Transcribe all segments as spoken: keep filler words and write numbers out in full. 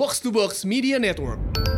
Box to Box Media Network.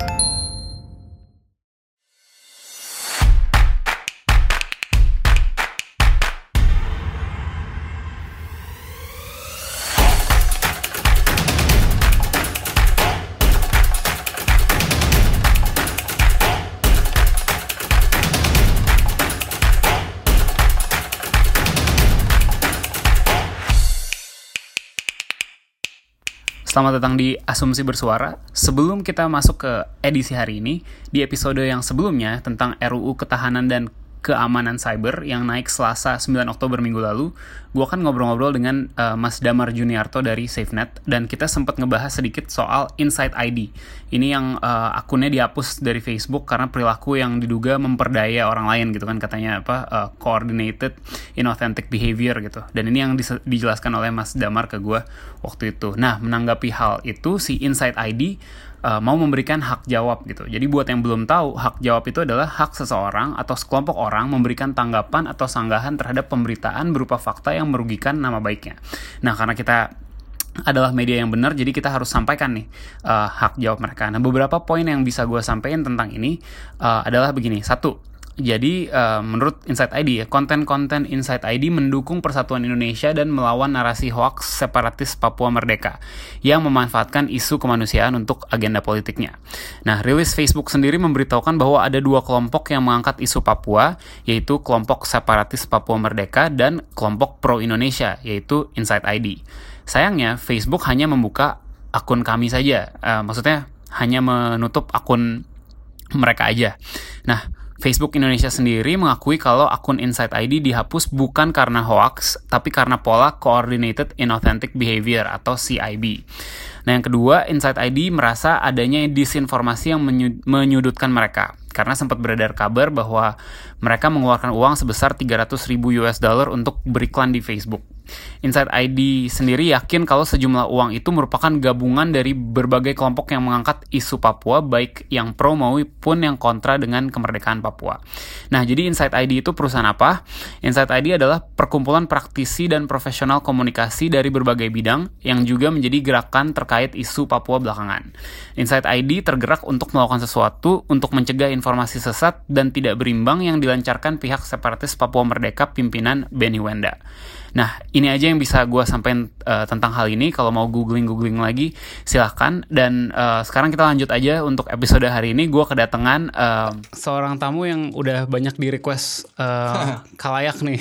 Selamat datang di Asumsi Bersuara. Sebelum kita masuk ke edisi hari ini, di episode yang sebelumnya tentang R U U Ketahanan dan Keamanan Cyber yang naik Selasa sembilan Oktober minggu lalu, gue kan ngobrol-ngobrol dengan uh, Mas Damar Juniarto dari SafeNet, dan kita sempat ngebahas sedikit soal Insight I D. Ini yang uh, akunnya dihapus dari Facebook karena perilaku yang diduga memperdaya orang lain gitu kan, katanya apa uh, coordinated inauthentic behavior gitu. Dan ini yang dis- dijelaskan oleh Mas Damar ke gue waktu itu. Nah, menanggapi hal itu, si Insight I D Uh, mau memberikan hak jawab gitu. Jadi buat yang belum tahu, hak jawab itu adalah hak seseorang atau sekelompok orang memberikan tanggapan atau sanggahan terhadap pemberitaan berupa fakta yang merugikan nama baiknya. Nah, karena kita adalah media yang benar, jadi kita harus sampaikan nih uh, hak jawab mereka. Nah, beberapa poin yang bisa gue sampaikan tentang ini uh, adalah begini. Satu, jadi uh, menurut Insight I D ya, konten-konten Insight I D mendukung persatuan Indonesia dan melawan narasi hoaks separatis Papua Merdeka yang memanfaatkan isu kemanusiaan untuk agenda politiknya. Nah, rilis Facebook sendiri memberitahukan bahwa ada dua kelompok yang mengangkat isu Papua, yaitu kelompok separatis Papua Merdeka dan kelompok pro-Indonesia, yaitu Insight I D. Sayangnya, Facebook hanya membuka akun kami saja, uh, maksudnya hanya menutup akun mereka aja. Nah, Facebook Indonesia sendiri mengakui kalau akun Insight I D dihapus bukan karena hoax, tapi karena pola Coordinated Inauthentic Behavior atau C I B. Nah, yang kedua, Insight I D merasa adanya disinformasi yang menyudutkan mereka, karena sempat beredar kabar bahwa mereka mengeluarkan uang sebesar tiga ratus ribu U S dollar untuk beriklan di Facebook. Insight I D sendiri yakin kalau sejumlah uang itu merupakan gabungan dari berbagai kelompok yang mengangkat isu Papua, baik yang pro maupun yang kontra dengan kemerdekaan Papua. Nah, jadi Insight I D itu perusahaan apa? Insight I D adalah perkumpulan praktisi dan profesional komunikasi dari berbagai bidang yang juga menjadi gerakan terkait isu Papua belakangan. Insight I D tergerak untuk melakukan sesuatu untuk mencegah informasi sesat dan tidak berimbang yang dilancarkan pihak separatis Papua Merdeka pimpinan Benny Wenda. Nah, ini aja yang bisa gue sampaikan uh, tentang hal ini. Kalau mau googling-googling lagi, silahkan. Dan uh, sekarang kita lanjut aja untuk episode hari ini. Gue kedatangan uh, seorang tamu yang udah banyak di request uh, kalayak nih.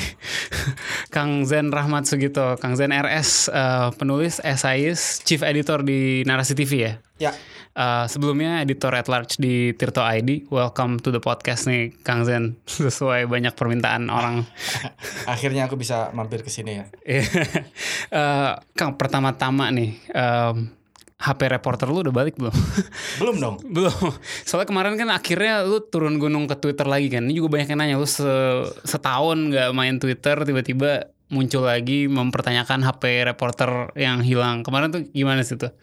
Kang Zen Rahmat Sugito. Kang Zen R S, uh, penulis, esais, chief editor di Narasi T V ya? Ya. Uh, sebelumnya editor at large di Tirto I D. Welcome to the podcast nih, Kang Zen. Sesuai banyak permintaan orang. Akhirnya aku bisa mampir ke sini ya. uh, Kang, pertama-tama nih, um, H P reporter lu udah balik belum? Belum dong. Belum. Soalnya kemarin kan akhirnya lu turun gunung ke Twitter lagi kan. Ini juga banyak yang nanya, lu se- setahun gak main Twitter, tiba-tiba muncul lagi mempertanyakan H P reporter yang hilang. Kemarin tuh gimana sih tuh?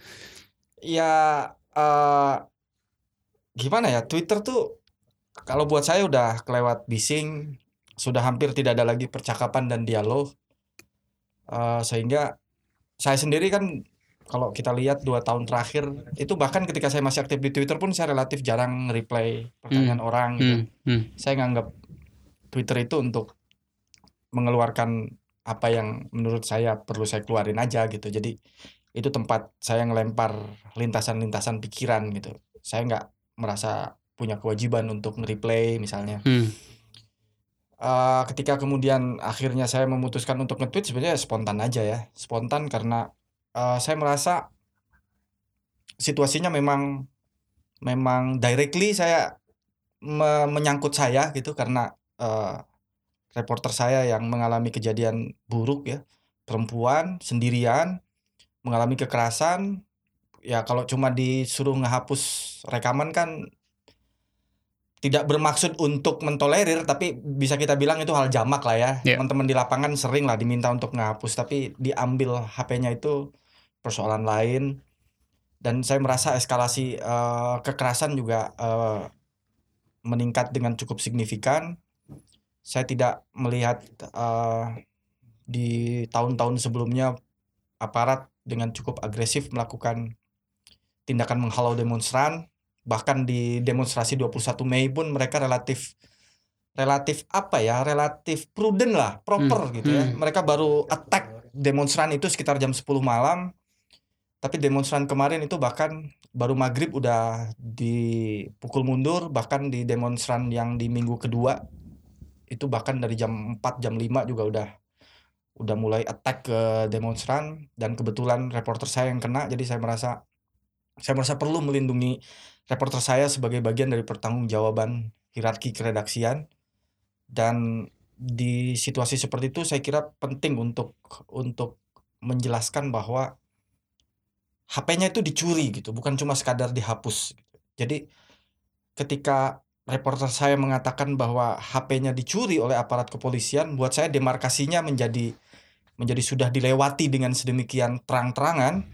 Ya, uh, gimana ya, Twitter tuh kalau buat saya udah kelewat bising, sudah hampir tidak ada lagi percakapan dan dialog. Uh, sehingga saya sendiri kan, kalau kita lihat dua tahun terakhir, itu bahkan ketika saya masih aktif di Twitter pun saya relatif jarang nge-reply pertanyaan Hmm. orang gitu. Hmm. Hmm. Saya nganggap Twitter itu untuk mengeluarkan apa yang menurut saya perlu saya keluarin aja gitu. Jadi itu tempat saya ngelempar lintasan-lintasan pikiran gitu. Saya nggak merasa punya kewajiban untuk nge-replay misalnya. Hmm. Uh, ketika kemudian akhirnya saya memutuskan untuk nge-tweet, sebenarnya spontan aja ya. Spontan karena uh, saya merasa situasinya memang memang directly saya me- menyangkut saya gitu, karena uh, reporter saya yang mengalami kejadian buruk ya, perempuan sendirian mengalami kekerasan. Ya kalau cuma disuruh ngehapus rekaman kan tidak bermaksud untuk mentolerir, tapi bisa kita bilang itu hal jamak lah ya. Yeah. Teman-teman di lapangan sering lah diminta untuk ngehapus, tapi diambil H P-nya itu persoalan lain. Dan saya merasa eskalasi uh, kekerasan juga uh, meningkat dengan cukup signifikan. Saya tidak melihat uh, di tahun-tahun sebelumnya aparat dengan cukup agresif melakukan tindakan menghalau demonstran. Bahkan di demonstrasi dua puluh satu Mei pun mereka relatif relatif apa ya, relatif prudent lah, proper Hmm, gitu ya. hmm. Mereka baru attack demonstran itu sekitar jam sepuluh malam. Tapi demonstran kemarin itu bahkan baru maghrib udah dipukul mundur. Bahkan di demonstran yang di minggu kedua itu bahkan dari jam empat, jam lima juga udah udah mulai attack ke demonstran. Dan kebetulan reporter saya yang kena, jadi saya merasa saya merasa perlu melindungi reporter saya sebagai bagian dari pertanggungjawaban hierarki keredaksian. Dan di situasi seperti itu saya kira penting untuk untuk menjelaskan bahwa H P-nya itu dicuri gitu, bukan cuma sekadar dihapus gitu. Jadi ketika reporter saya mengatakan bahwa H P-nya dicuri oleh aparat kepolisian, buat saya demarkasinya menjadi menjadi sudah dilewati dengan sedemikian terang-terangan.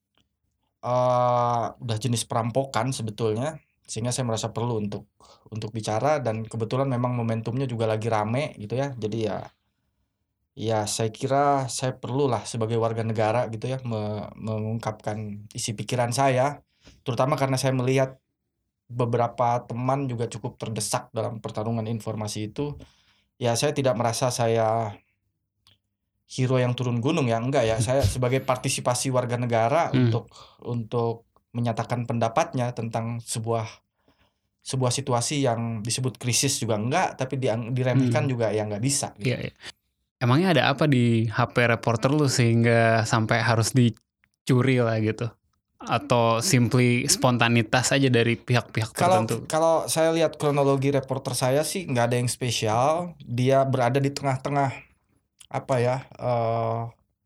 Uh, udah jenis perampokan sebetulnya, sehingga saya merasa perlu untuk untuk bicara. Dan kebetulan memang momentumnya juga lagi rame gitu ya. Jadi ya ya saya kira saya perlulah sebagai warga negara gitu ya me- mengungkapkan isi pikiran saya, terutama karena saya melihat beberapa teman juga cukup terdesak dalam pertarungan informasi itu. Ya saya tidak merasa saya hero yang turun gunung ya, enggak ya. Saya sebagai partisipasi warga negara Hmm. untuk untuk menyatakan pendapatnya tentang sebuah sebuah situasi yang disebut krisis juga enggak, tapi diang- diremehkan Hmm. juga ya nggak bisa gitu. Iya, iya. Emangnya ada apa di H P reporter lu sehingga sampai harus dicuri lah gitu? Atau simply spontanitas aja dari pihak-pihak Kalau tertentu? kalau saya lihat kronologi reporter saya sih nggak ada yang spesial. Dia berada di tengah-tengah apa ya, eh,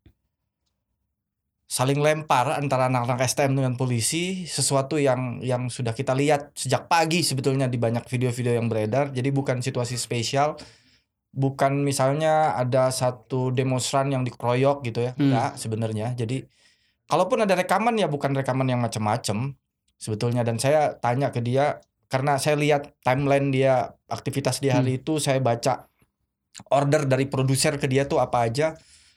saling lempar antara anak-anak S T M dengan polisi, sesuatu yang yang sudah kita lihat sejak pagi sebetulnya di banyak video-video yang beredar. Jadi bukan situasi spesial, bukan misalnya ada satu demonstran yang dikeroyok gitu ya, Hmm. enggak sebenarnya. Jadi kalaupun ada rekaman ya bukan rekaman yang macam-macam sebetulnya. Dan saya tanya ke dia karena saya lihat timeline dia aktivitas di hari Hmm. itu, saya baca order dari produser ke dia tuh apa aja,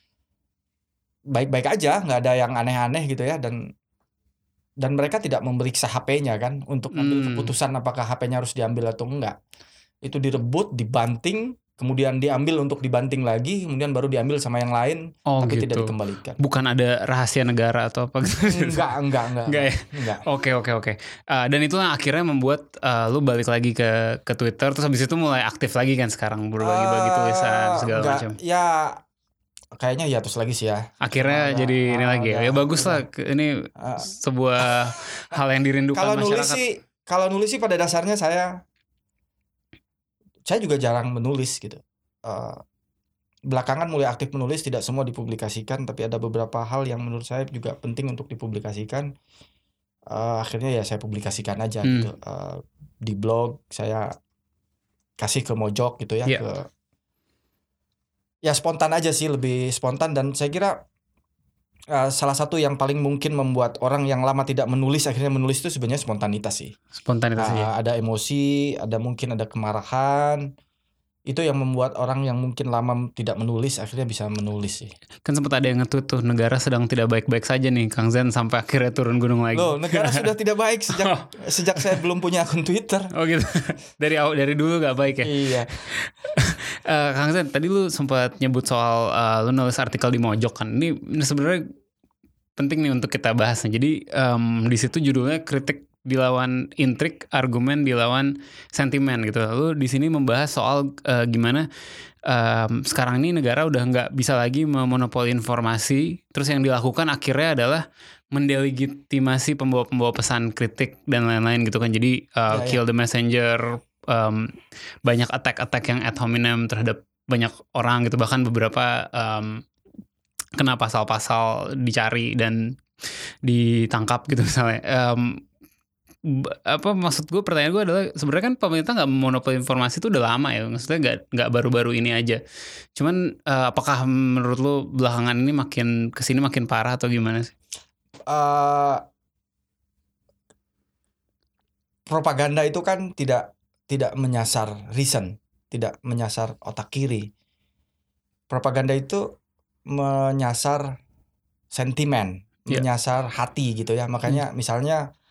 baik-baik aja, nggak ada yang aneh-aneh gitu ya. Dan dan mereka tidak memeriksa H P-nya kan untuk ambil Hmm. keputusan apakah H P-nya harus diambil atau enggak. Itu direbut, dibanting, kemudian diambil untuk dibanting lagi, kemudian baru diambil sama yang lain, Oh tapi tidak gitu. dikembalikan. Bukan ada rahasia negara atau apa gitu? Enggak, enggak, enggak, Enggak ya? enggak. Oke, oke, oke. Uh, dan itu yang akhirnya membuat uh, lu balik lagi ke ke Twitter, terus habis itu mulai aktif lagi kan sekarang, berbagi-bagi tulisan Eh, segala enggak, macam. ya kayaknya ya terus lagi sih ya. Akhirnya Karena jadi udah, ini ah, lagi ya. udah, Ya bagus udah. lah. Ke- Ini Ah. sebuah hal yang dirindukan Kalau nulis masyarakat. sih, kalau nulis sih pada dasarnya saya saya juga jarang menulis gitu. Eh, belakangan mulai aktif menulis, tidak semua dipublikasikan, tapi ada beberapa hal yang menurut saya juga penting untuk dipublikasikan. Eh, akhirnya ya saya publikasikan aja Hmm. gitu. Eh, di blog saya kasih ke Mojok gitu ya, Iya. ke ya spontan aja sih, lebih spontan. Dan saya kira uh, salah satu yang paling mungkin membuat orang yang lama tidak menulis akhirnya menulis itu sebenarnya spontanitas sih. Spontanitas Uh, aja. ada emosi, ada mungkin ada kemarahan. Itu yang membuat orang yang mungkin lama tidak menulis akhirnya bisa menulis sih. Kan sempat ada yang nge-tweet tuh, negara sedang tidak baik-baik saja nih Kang Zen, sampai akhirnya turun gunung lagi. Loh, negara sudah tidak baik sejak sejak saya belum punya akun Twitter. Oh gitu. Dari awal dari dulu gak baik ya. Iya. Uh, Kang Zen, tadi lu sempat nyebut soal uh, lu nulis artikel di Mojok kan. Ini, ini sebenarnya penting nih untuk kita bahas. Jadi um, di situ judulnya kritik dilawan intrik, argumen dilawan sentimen gitu. Lu di sini membahas soal uh, gimana um, sekarang ini negara udah nggak bisa lagi memonopoli informasi. Terus yang dilakukan akhirnya adalah mendelegitimasi pembawa-pembawa pesan kritik dan lain-lain gitu kan. Jadi uh, Ya, ya. kill the messenger, um, banyak attack-attack yang ad hominem terhadap banyak orang gitu. Bahkan beberapa um, kena pasal-pasal dicari dan ditangkap gitu misalnya. Um, apa maksud gue, pertanyaan gue adalah sebenarnya kan pemerintah nggak monopoli informasi itu udah lama ya, maksudnya nggak nggak baru-baru ini aja. Cuman uh, apakah menurut lo belakangan ini makin kesini makin parah atau gimana sih? Uh, propaganda itu kan tidak tidak menyasar reason, tidak menyasar otak kiri. Propaganda itu menyasar sentimen, Iya. menyasar hati gitu ya. Makanya misalnya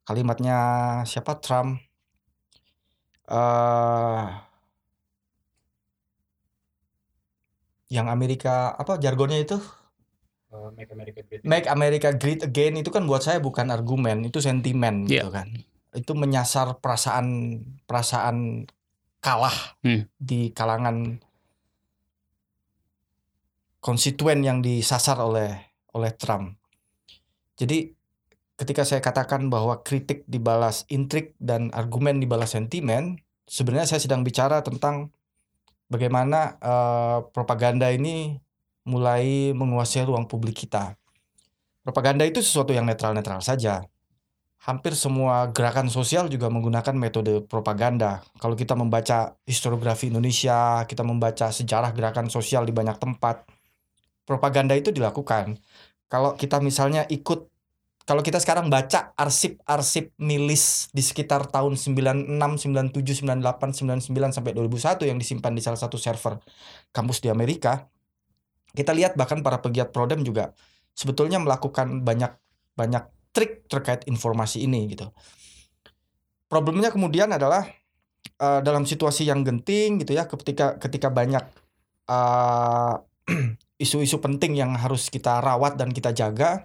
kalimatnya siapa Trump, uh, yang Amerika apa jargonnya itu Uh, Make America Great Make America Great Again, itu kan buat saya bukan argumen, itu sentimen Yeah. gitu kan. Itu menyasar perasaan perasaan kalah Hmm. di kalangan konstituen yang disasar oleh oleh Trump. Jadi ketika saya katakan bahwa kritik dibalas intrik dan argumen dibalas sentimen, sebenarnya saya sedang bicara tentang bagaimana uh, propaganda ini mulai menguasai ruang publik kita. Propaganda itu sesuatu yang netral-netral saja. Hampir semua gerakan sosial juga menggunakan metode propaganda. Kalau kita membaca historiografi Indonesia, kita membaca sejarah gerakan sosial di banyak tempat, propaganda itu dilakukan. Kalau kita misalnya ikut, kalau kita sekarang baca arsip-arsip milis di sekitar tahun sembilan puluh enam, sembilan puluh tujuh, sembilan puluh delapan, sembilan puluh sembilan sampai dua ribu satu yang disimpan di salah satu server kampus di Amerika, kita lihat bahkan para pegiat prodem juga sebetulnya melakukan banyak banyak trik terkait informasi ini gitu. Problemnya kemudian adalah uh, dalam situasi yang genting gitu ya, ketika ketika banyak uh, isu-isu penting yang harus kita rawat dan kita jaga,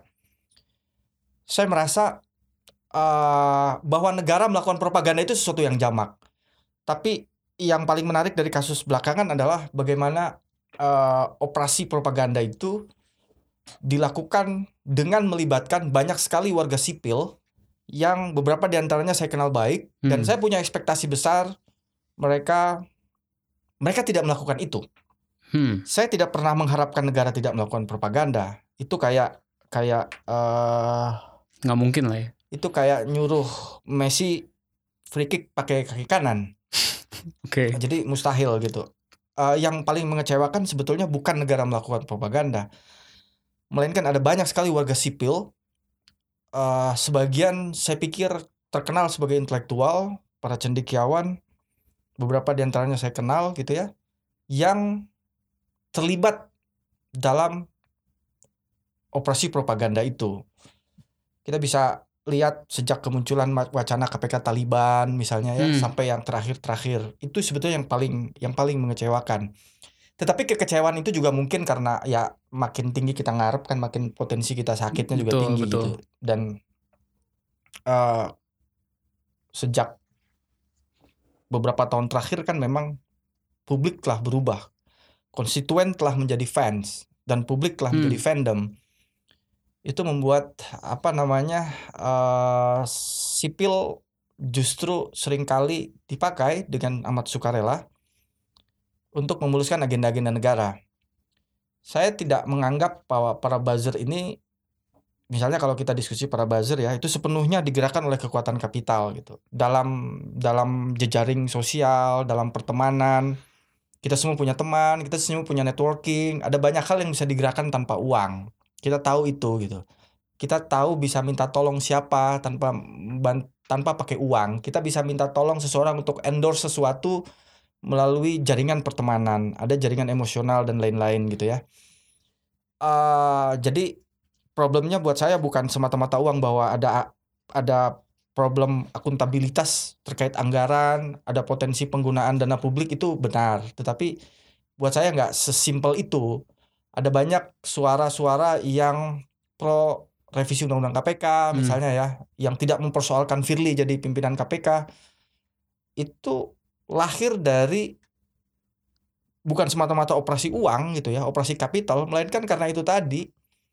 saya merasa uh, bahwa negara melakukan propaganda itu sesuatu yang jamak. Tapi yang paling menarik dari kasus belakangan adalah bagaimana uh, operasi propaganda itu dilakukan dengan melibatkan banyak sekali warga sipil yang beberapa diantaranya saya kenal baik, hmm. dan saya punya ekspektasi besar mereka mereka tidak melakukan itu. Hmm. Saya tidak pernah mengharapkan negara tidak melakukan propaganda. Itu kayak kayak uh, nggak mungkin lah ya. Itu kayak nyuruh Messi free kick pakai kaki kanan. Oke. Okay. Jadi mustahil gitu. Uh, yang paling mengecewakan sebetulnya bukan negara melakukan propaganda, melainkan ada banyak sekali warga sipil, uh, sebagian saya pikir terkenal sebagai intelektual, para cendekiawan, beberapa diantaranya saya kenal gitu ya, yang terlibat dalam operasi propaganda itu. Kita bisa lihat sejak kemunculan wacana K P K Taliban misalnya ya, hmm. sampai yang terakhir-terakhir, itu sebetulnya yang paling yang paling mengecewakan. Tetapi kekecewaan itu juga mungkin karena ya makin tinggi kita ngarep kan makin potensi kita sakitnya juga betul, tinggi betul. gitu. Dan uh, sejak beberapa tahun terakhir kan memang publik telah berubah. Konstituen telah menjadi fans dan publik telah hmm. menjadi fandom. Itu membuat apa namanya uh, sipil justru seringkali dipakai dengan amat sukarela untuk memuluskan agenda-agenda negara. Saya tidak menganggap bahwa para buzzer ini, misalnya kalau kita diskusi para buzzer ya, itu sepenuhnya digerakkan oleh kekuatan kapital gitu. Dalam dalam jejaring sosial, dalam pertemanan, kita semua punya teman, kita semua punya networking, ada banyak hal yang bisa digerakkan tanpa uang. Kita tahu itu gitu. Kita tahu bisa minta tolong siapa tanpa tanpa pakai uang. Kita bisa minta tolong seseorang untuk endorse sesuatu melalui jaringan pertemanan, ada jaringan emosional dan lain-lain gitu ya. Uh, jadi problemnya buat saya bukan semata-mata uang, bahwa ada ada problem akuntabilitas terkait anggaran, ada potensi penggunaan dana publik, itu benar. Tetapi buat saya nggak sesimpel itu. Ada banyak suara-suara yang pro revisi undang-undang K P K misalnya hmm. ya, yang tidak mempersoalkan Firly jadi pimpinan K P K. Itu lahir dari bukan semata-mata operasi uang gitu ya, operasi kapital, melainkan karena itu tadi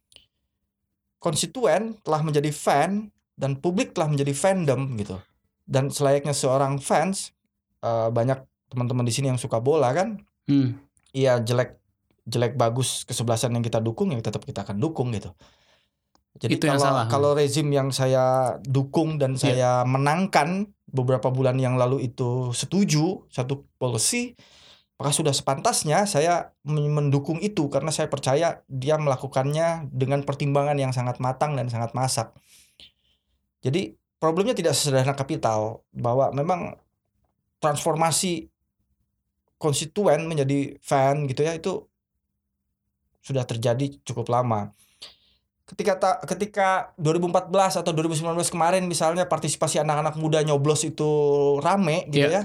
konstituen telah menjadi fan dan publik telah menjadi fandom gitu. Dan selayaknya seorang fans, uh, banyak teman-teman di sini yang suka bola kan, iya hmm. jelek jelek bagus kesebelasan yang kita dukung, yang tetap kita akan dukung gitu. Jadi itu kalau kalau rezim yang saya dukung dan yeah. saya menangkan beberapa bulan yang lalu itu setuju satu policy, maka sudah sepantasnya saya mendukung itu karena saya percaya dia melakukannya dengan pertimbangan yang sangat matang dan sangat masak. Jadi problemnya tidak sesederhana kapital, bahwa memang transformasi konstituen menjadi fan gitu ya, itu sudah terjadi cukup lama. ketika ta, ketika dua ribu empat belas atau dua ribu sembilan belas kemarin misalnya partisipasi anak-anak muda nyoblos itu rame gitu Yeah. ya.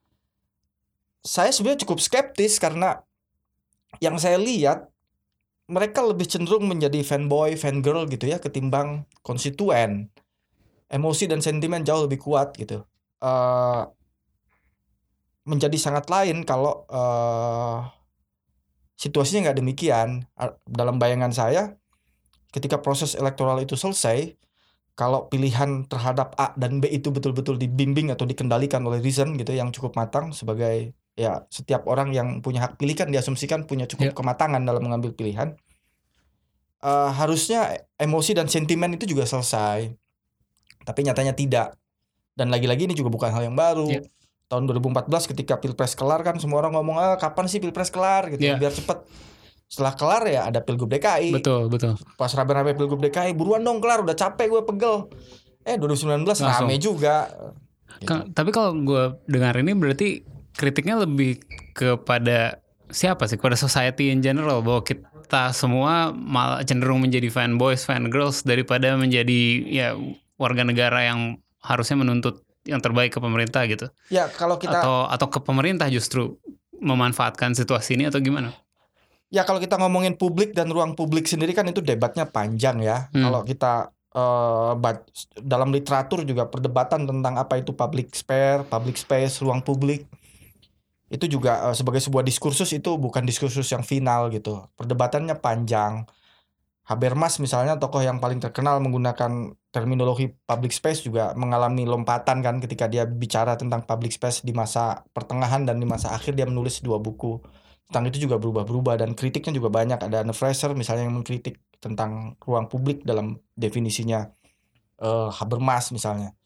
Saya sebenarnya cukup skeptis karena yang saya lihat mereka lebih cenderung menjadi fanboy, fangirl gitu ya ketimbang konstituen. Emosi dan sentimen jauh lebih kuat gitu. Uh, menjadi sangat lain kalau uh, situasinya nggak demikian. Dalam bayangan saya, ketika proses elektoral itu selesai, kalau pilihan terhadap A dan B itu betul-betul dibimbing atau dikendalikan oleh reason gitu yang cukup matang sebagai ya setiap orang yang punya hak pilih kan diasumsikan punya cukup Yeah. kematangan dalam mengambil pilihan. Uh, harusnya emosi dan sentimen itu juga selesai. Tapi nyatanya tidak. Dan lagi-lagi ini juga bukan hal yang baru. Yeah. Tahun dua ribu empat belas ketika Pilpres kelar kan semua orang ngomong, ah kapan sih Pilpres kelar gitu, Yeah. biar cepet. Setelah kelar ya ada Pilgub D K I. Betul, betul. Pas rame-rame Pilgub D K I, buruan dong kelar, udah capek gue pegel. Eh dua ribu sembilan belas Langsung. rame juga. Gitu. Ka- Tapi kalau gue dengar ini berarti kritiknya lebih kepada siapa sih? Kepada society in general, bahwa kita semua malah cenderung menjadi fanboys, fangirls daripada menjadi ya warga negara yang harusnya menuntut yang terbaik ke pemerintah gitu. Ya kalau kita Atau atau ke pemerintah justru memanfaatkan situasi ini atau gimana? Ya kalau kita ngomongin publik dan ruang publik sendiri kan itu debatnya panjang ya. Hmm. Kalau kita uh, bat, dalam literatur juga perdebatan tentang apa itu public sphere, public space, ruang publik. Itu juga uh, sebagai sebuah diskursus itu bukan diskursus yang final gitu. Perdebatannya panjang. Habermas misalnya tokoh yang paling terkenal menggunakan terminologi public space juga mengalami lompatan kan ketika dia bicara tentang public space di masa pertengahan dan di masa akhir dia menulis dua buku. Tentang itu juga berubah-berubah dan kritiknya juga banyak. Ada Anne Fraser misalnya yang mengkritik tentang ruang publik dalam definisinya uh, Habermas misalnya.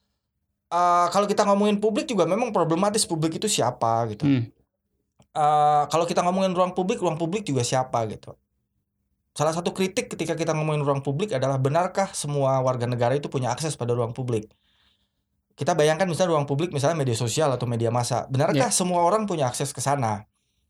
Uh, kalau kita ngomongin publik juga memang problematis publik itu siapa gitu. Hmm. Uh, kalau kita ngomongin ruang publik, ruang publik juga siapa gitu. Salah satu kritik ketika kita ngomongin ruang publik adalah benarkah semua warga negara itu punya akses pada ruang publik? Kita bayangkan misalnya ruang publik misalnya media sosial atau media massa. Benarkah Yeah. semua orang punya akses ke sana?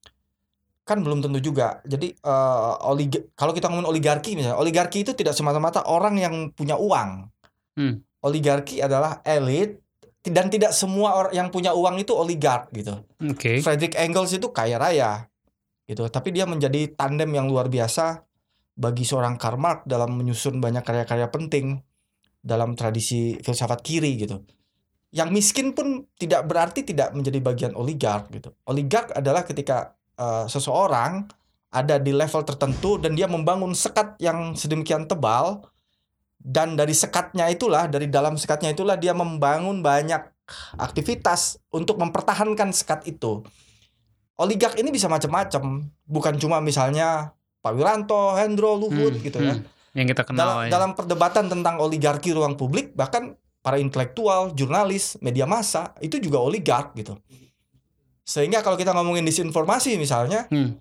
Kan belum tentu juga. Jadi uh, olig- kalau kita ngomongin oligarki misalnya, oligarki itu tidak semata-mata orang yang punya uang. Hmm. Oligarki adalah elit dan tidak semua orang yang punya uang itu oligark gitu. Oke. Okay. Friedrich Engels itu kaya raya gitu, tapi dia menjadi tandem yang luar biasa bagi seorang Karl Marx dalam menyusun banyak karya-karya penting dalam tradisi filsafat kiri gitu. Yang miskin pun tidak berarti tidak menjadi bagian oligark gitu. Oligark adalah ketika uh, seseorang ada di level tertentu dan dia membangun sekat yang sedemikian tebal, dan dari sekatnya itulah, dari dalam sekatnya itulah dia membangun banyak aktivitas untuk mempertahankan sekat itu. Oligark ini bisa macam-macam, bukan cuma misalnya Pak Wiranto, Hendro, Luhut Hmm, gitu ya. hmm. Yang kita kenal Dalam, ya. dalam perdebatan tentang oligarki ruang publik, bahkan para intelektual, jurnalis, media massa itu juga oligark gitu. Sehingga kalau kita ngomongin disinformasi misalnya, hmm.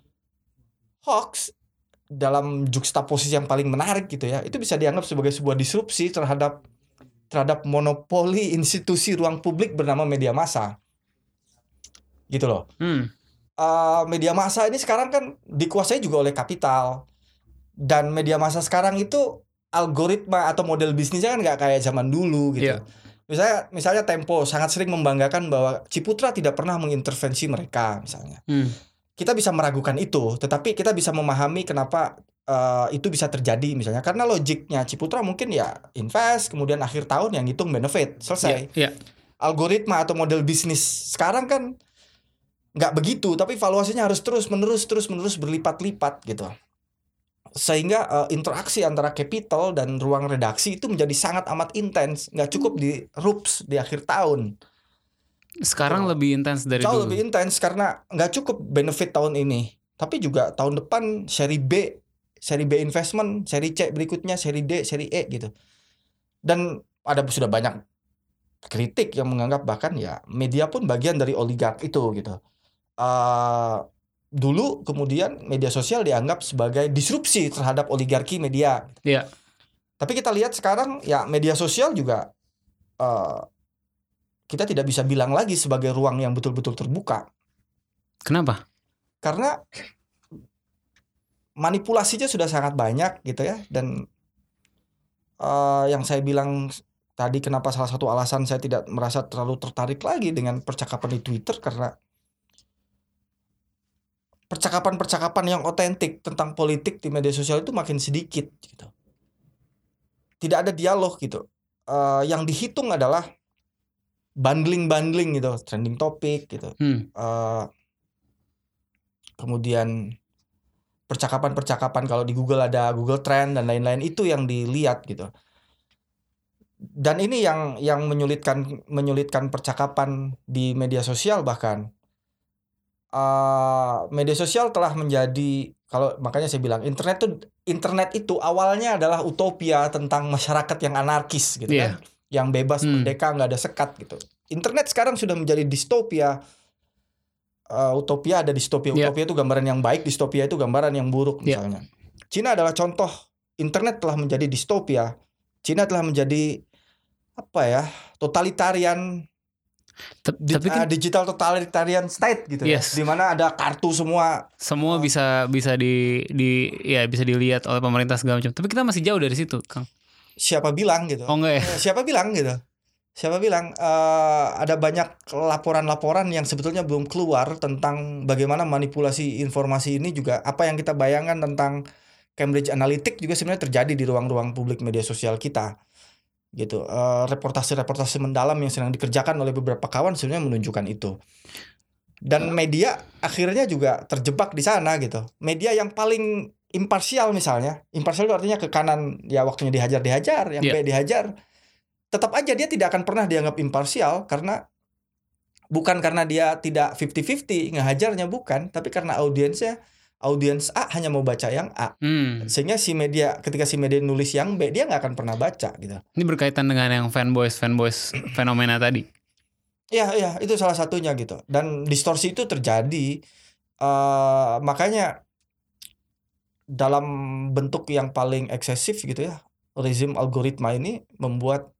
hoax dalam juxtaposisi yang paling menarik gitu ya, itu bisa dianggap sebagai sebuah disrupsi terhadap terhadap monopoli institusi ruang publik bernama media massa. Gitu loh. Hmm. Uh, media massa ini sekarang kan dikuasai juga oleh kapital, dan media massa sekarang itu algoritma atau model bisnisnya kan nggak kayak zaman dulu gitu. Yeah. Misalnya, misalnya Tempo sangat sering membanggakan bahwa Ciputra tidak pernah mengintervensi mereka misalnya. Hmm. Kita bisa meragukan itu, tetapi kita bisa memahami kenapa uh, itu bisa terjadi misalnya karena logiknya Ciputra mungkin ya invest, kemudian akhir tahun yang hitung benefit selesai. Yeah. Yeah. Algoritma atau model bisnis sekarang kan nggak begitu, tapi valuasinya harus terus menerus terus menerus berlipat-lipat gitu, sehingga uh, interaksi antara capital dan ruang redaksi itu menjadi sangat amat intens, nggak cukup di rups di akhir tahun. Sekarang gitu. Lebih intens dari Jauh dulu. lebih intens karena nggak cukup benefit tahun ini, tapi juga tahun depan seri B, seri B investment, seri C berikutnya, seri D, seri E gitu. Dan ada sudah banyak kritik yang menganggap bahkan ya media pun bagian dari oligark itu gitu. Uh, dulu kemudian media sosial dianggap sebagai disrupsi terhadap oligarki media. Iya. Tapi kita lihat sekarang ya media sosial juga uh, kita tidak bisa bilang lagi sebagai ruang yang betul-betul terbuka. Kenapa? Karena manipulasinya sudah sangat banyak gitu ya, dan uh, yang saya bilang tadi kenapa salah satu alasan saya tidak merasa terlalu tertarik lagi dengan percakapan di Twitter, karena percakapan-percakapan yang otentik tentang politik di media sosial itu makin sedikit gitu. Tidak ada dialog gitu. Uh, yang dihitung adalah bundling-bundling gitu, trending topic gitu. Hmm. Uh, kemudian percakapan-percakapan kalau di Google ada Google Trend dan lain-lain, itu yang dilihat gitu. Dan ini yang yang menyulitkan menyulitkan percakapan di media sosial. Bahkan uh, media sosial telah menjadi, kalau makanya saya bilang internet tuh internet itu awalnya adalah utopia tentang masyarakat yang anarkis gitu Yeah. kan, yang bebas, Hmm. merdeka, nggak ada sekat gitu. Internet sekarang sudah menjadi distopia. Uh, utopia ada distopia. Yeah. Utopia itu gambaran yang baik, distopia itu gambaran yang buruk Yeah. misalnya. Cina adalah contoh. Internet telah menjadi distopia. Cina telah menjadi apa ya, totalitarian, T- di, tapi uh, kan digital totalitarian state gitu Yes. ya, di mana ada kartu semua. semua Oh. bisa bisa di di ya bisa dilihat oleh pemerintah segala macam. Tapi kita masih jauh dari situ, Kang. Siapa bilang gitu? Oh enggak ya? Eh, Siapa bilang gitu? Siapa bilang uh, ada banyak laporan-laporan yang sebetulnya belum keluar tentang bagaimana manipulasi informasi ini juga. Apa yang kita bayangkan tentang Cambridge Analytica juga sebenarnya terjadi di ruang-ruang publik media sosial kita. Gitu. Uh, reportase-reportase mendalam yang sedang dikerjakan oleh beberapa kawan sebenarnya menunjukkan itu. Dan media akhirnya juga terjebak di sana gitu. Media yang paling imparsial misalnya, imparsial itu artinya ke kanan ya waktunya dihajar-dihajar, yang Yeah. B dihajar. Tetap aja dia tidak akan pernah dianggap imparsial, karena bukan karena dia tidak fifty-fifty ngehajarnya, bukan, tapi karena audiensnya, audiens A hanya mau baca yang A. Hmm. Sehingga si media, ketika si media nulis yang B, dia nggak akan pernah baca gitu. Ini berkaitan dengan yang fanboys fanboys fenomena tadi. Iya, iya, itu salah satunya gitu. Dan distorsi itu terjadi, uh, makanya dalam bentuk yang paling eksesif gitu ya, rezim algoritma ini membuat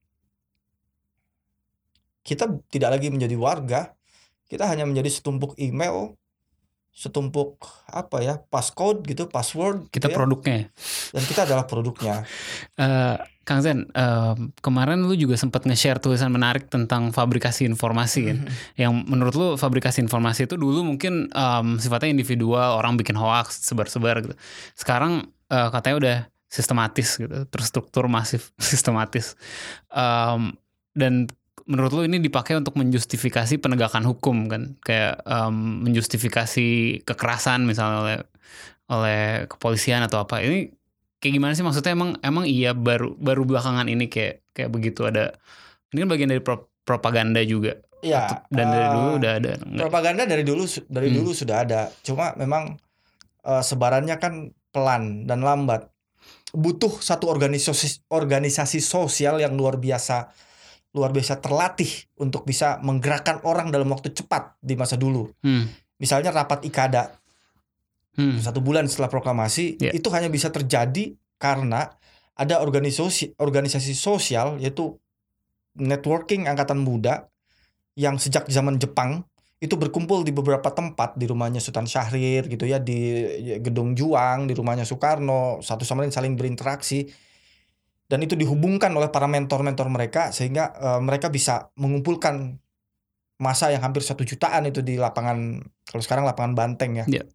kita tidak lagi menjadi warga, kita hanya menjadi setumpuk email, setumpuk apa ya, passcode gitu, password Kita gitu ya. produknya. Dan kita adalah produknya. Eh, Kang Zen, eh, kemarin lu juga sempat nge-share tulisan menarik tentang fabrikasi informasi kan. Yang menurut lu fabrikasi informasi itu dulu mungkin em, sifatnya individual, orang bikin hoax, sebar-sebar gitu. Sekarang eh, katanya udah sistematis gitu, terstruktur, masif, sistematis. Em, dan menurut lu ini dipakai untuk menjustifikasi penegakan hukum kan, kayak em, menjustifikasi kekerasan misalnya oleh oleh kepolisian atau apa. Ini kayak gimana sih maksudnya? Emang emang iya baru baru belakangan ini kayak kayak begitu ada. Ini kan bagian dari pro- propaganda juga. Ya, Atau- dan dari uh, dulu udah ada. Enggak? propaganda dari dulu su- dari Hmm. dulu sudah ada. Cuma memang uh, sebarannya kan pelan dan lambat. Butuh satu organisasi organisasi sosial yang luar biasa luar biasa terlatih untuk bisa menggerakkan orang dalam waktu cepat di masa dulu. Hmm. Misalnya rapat IKADA Hmm. satu bulan setelah proklamasi, Yeah. itu hanya bisa terjadi karena ada organisasi organisasi sosial, yaitu networking angkatan muda yang sejak zaman Jepang itu berkumpul di beberapa tempat, di rumahnya Sultan Syahrir gitu ya, di Gedung Juang, di rumahnya Soekarno, satu sama lain saling berinteraksi. Dan itu dihubungkan oleh para mentor-mentor mereka sehingga uh, mereka bisa mengumpulkan massa yang hampir satu jutaan itu di lapangan, kalau sekarang lapangan Banteng ya. Yeah.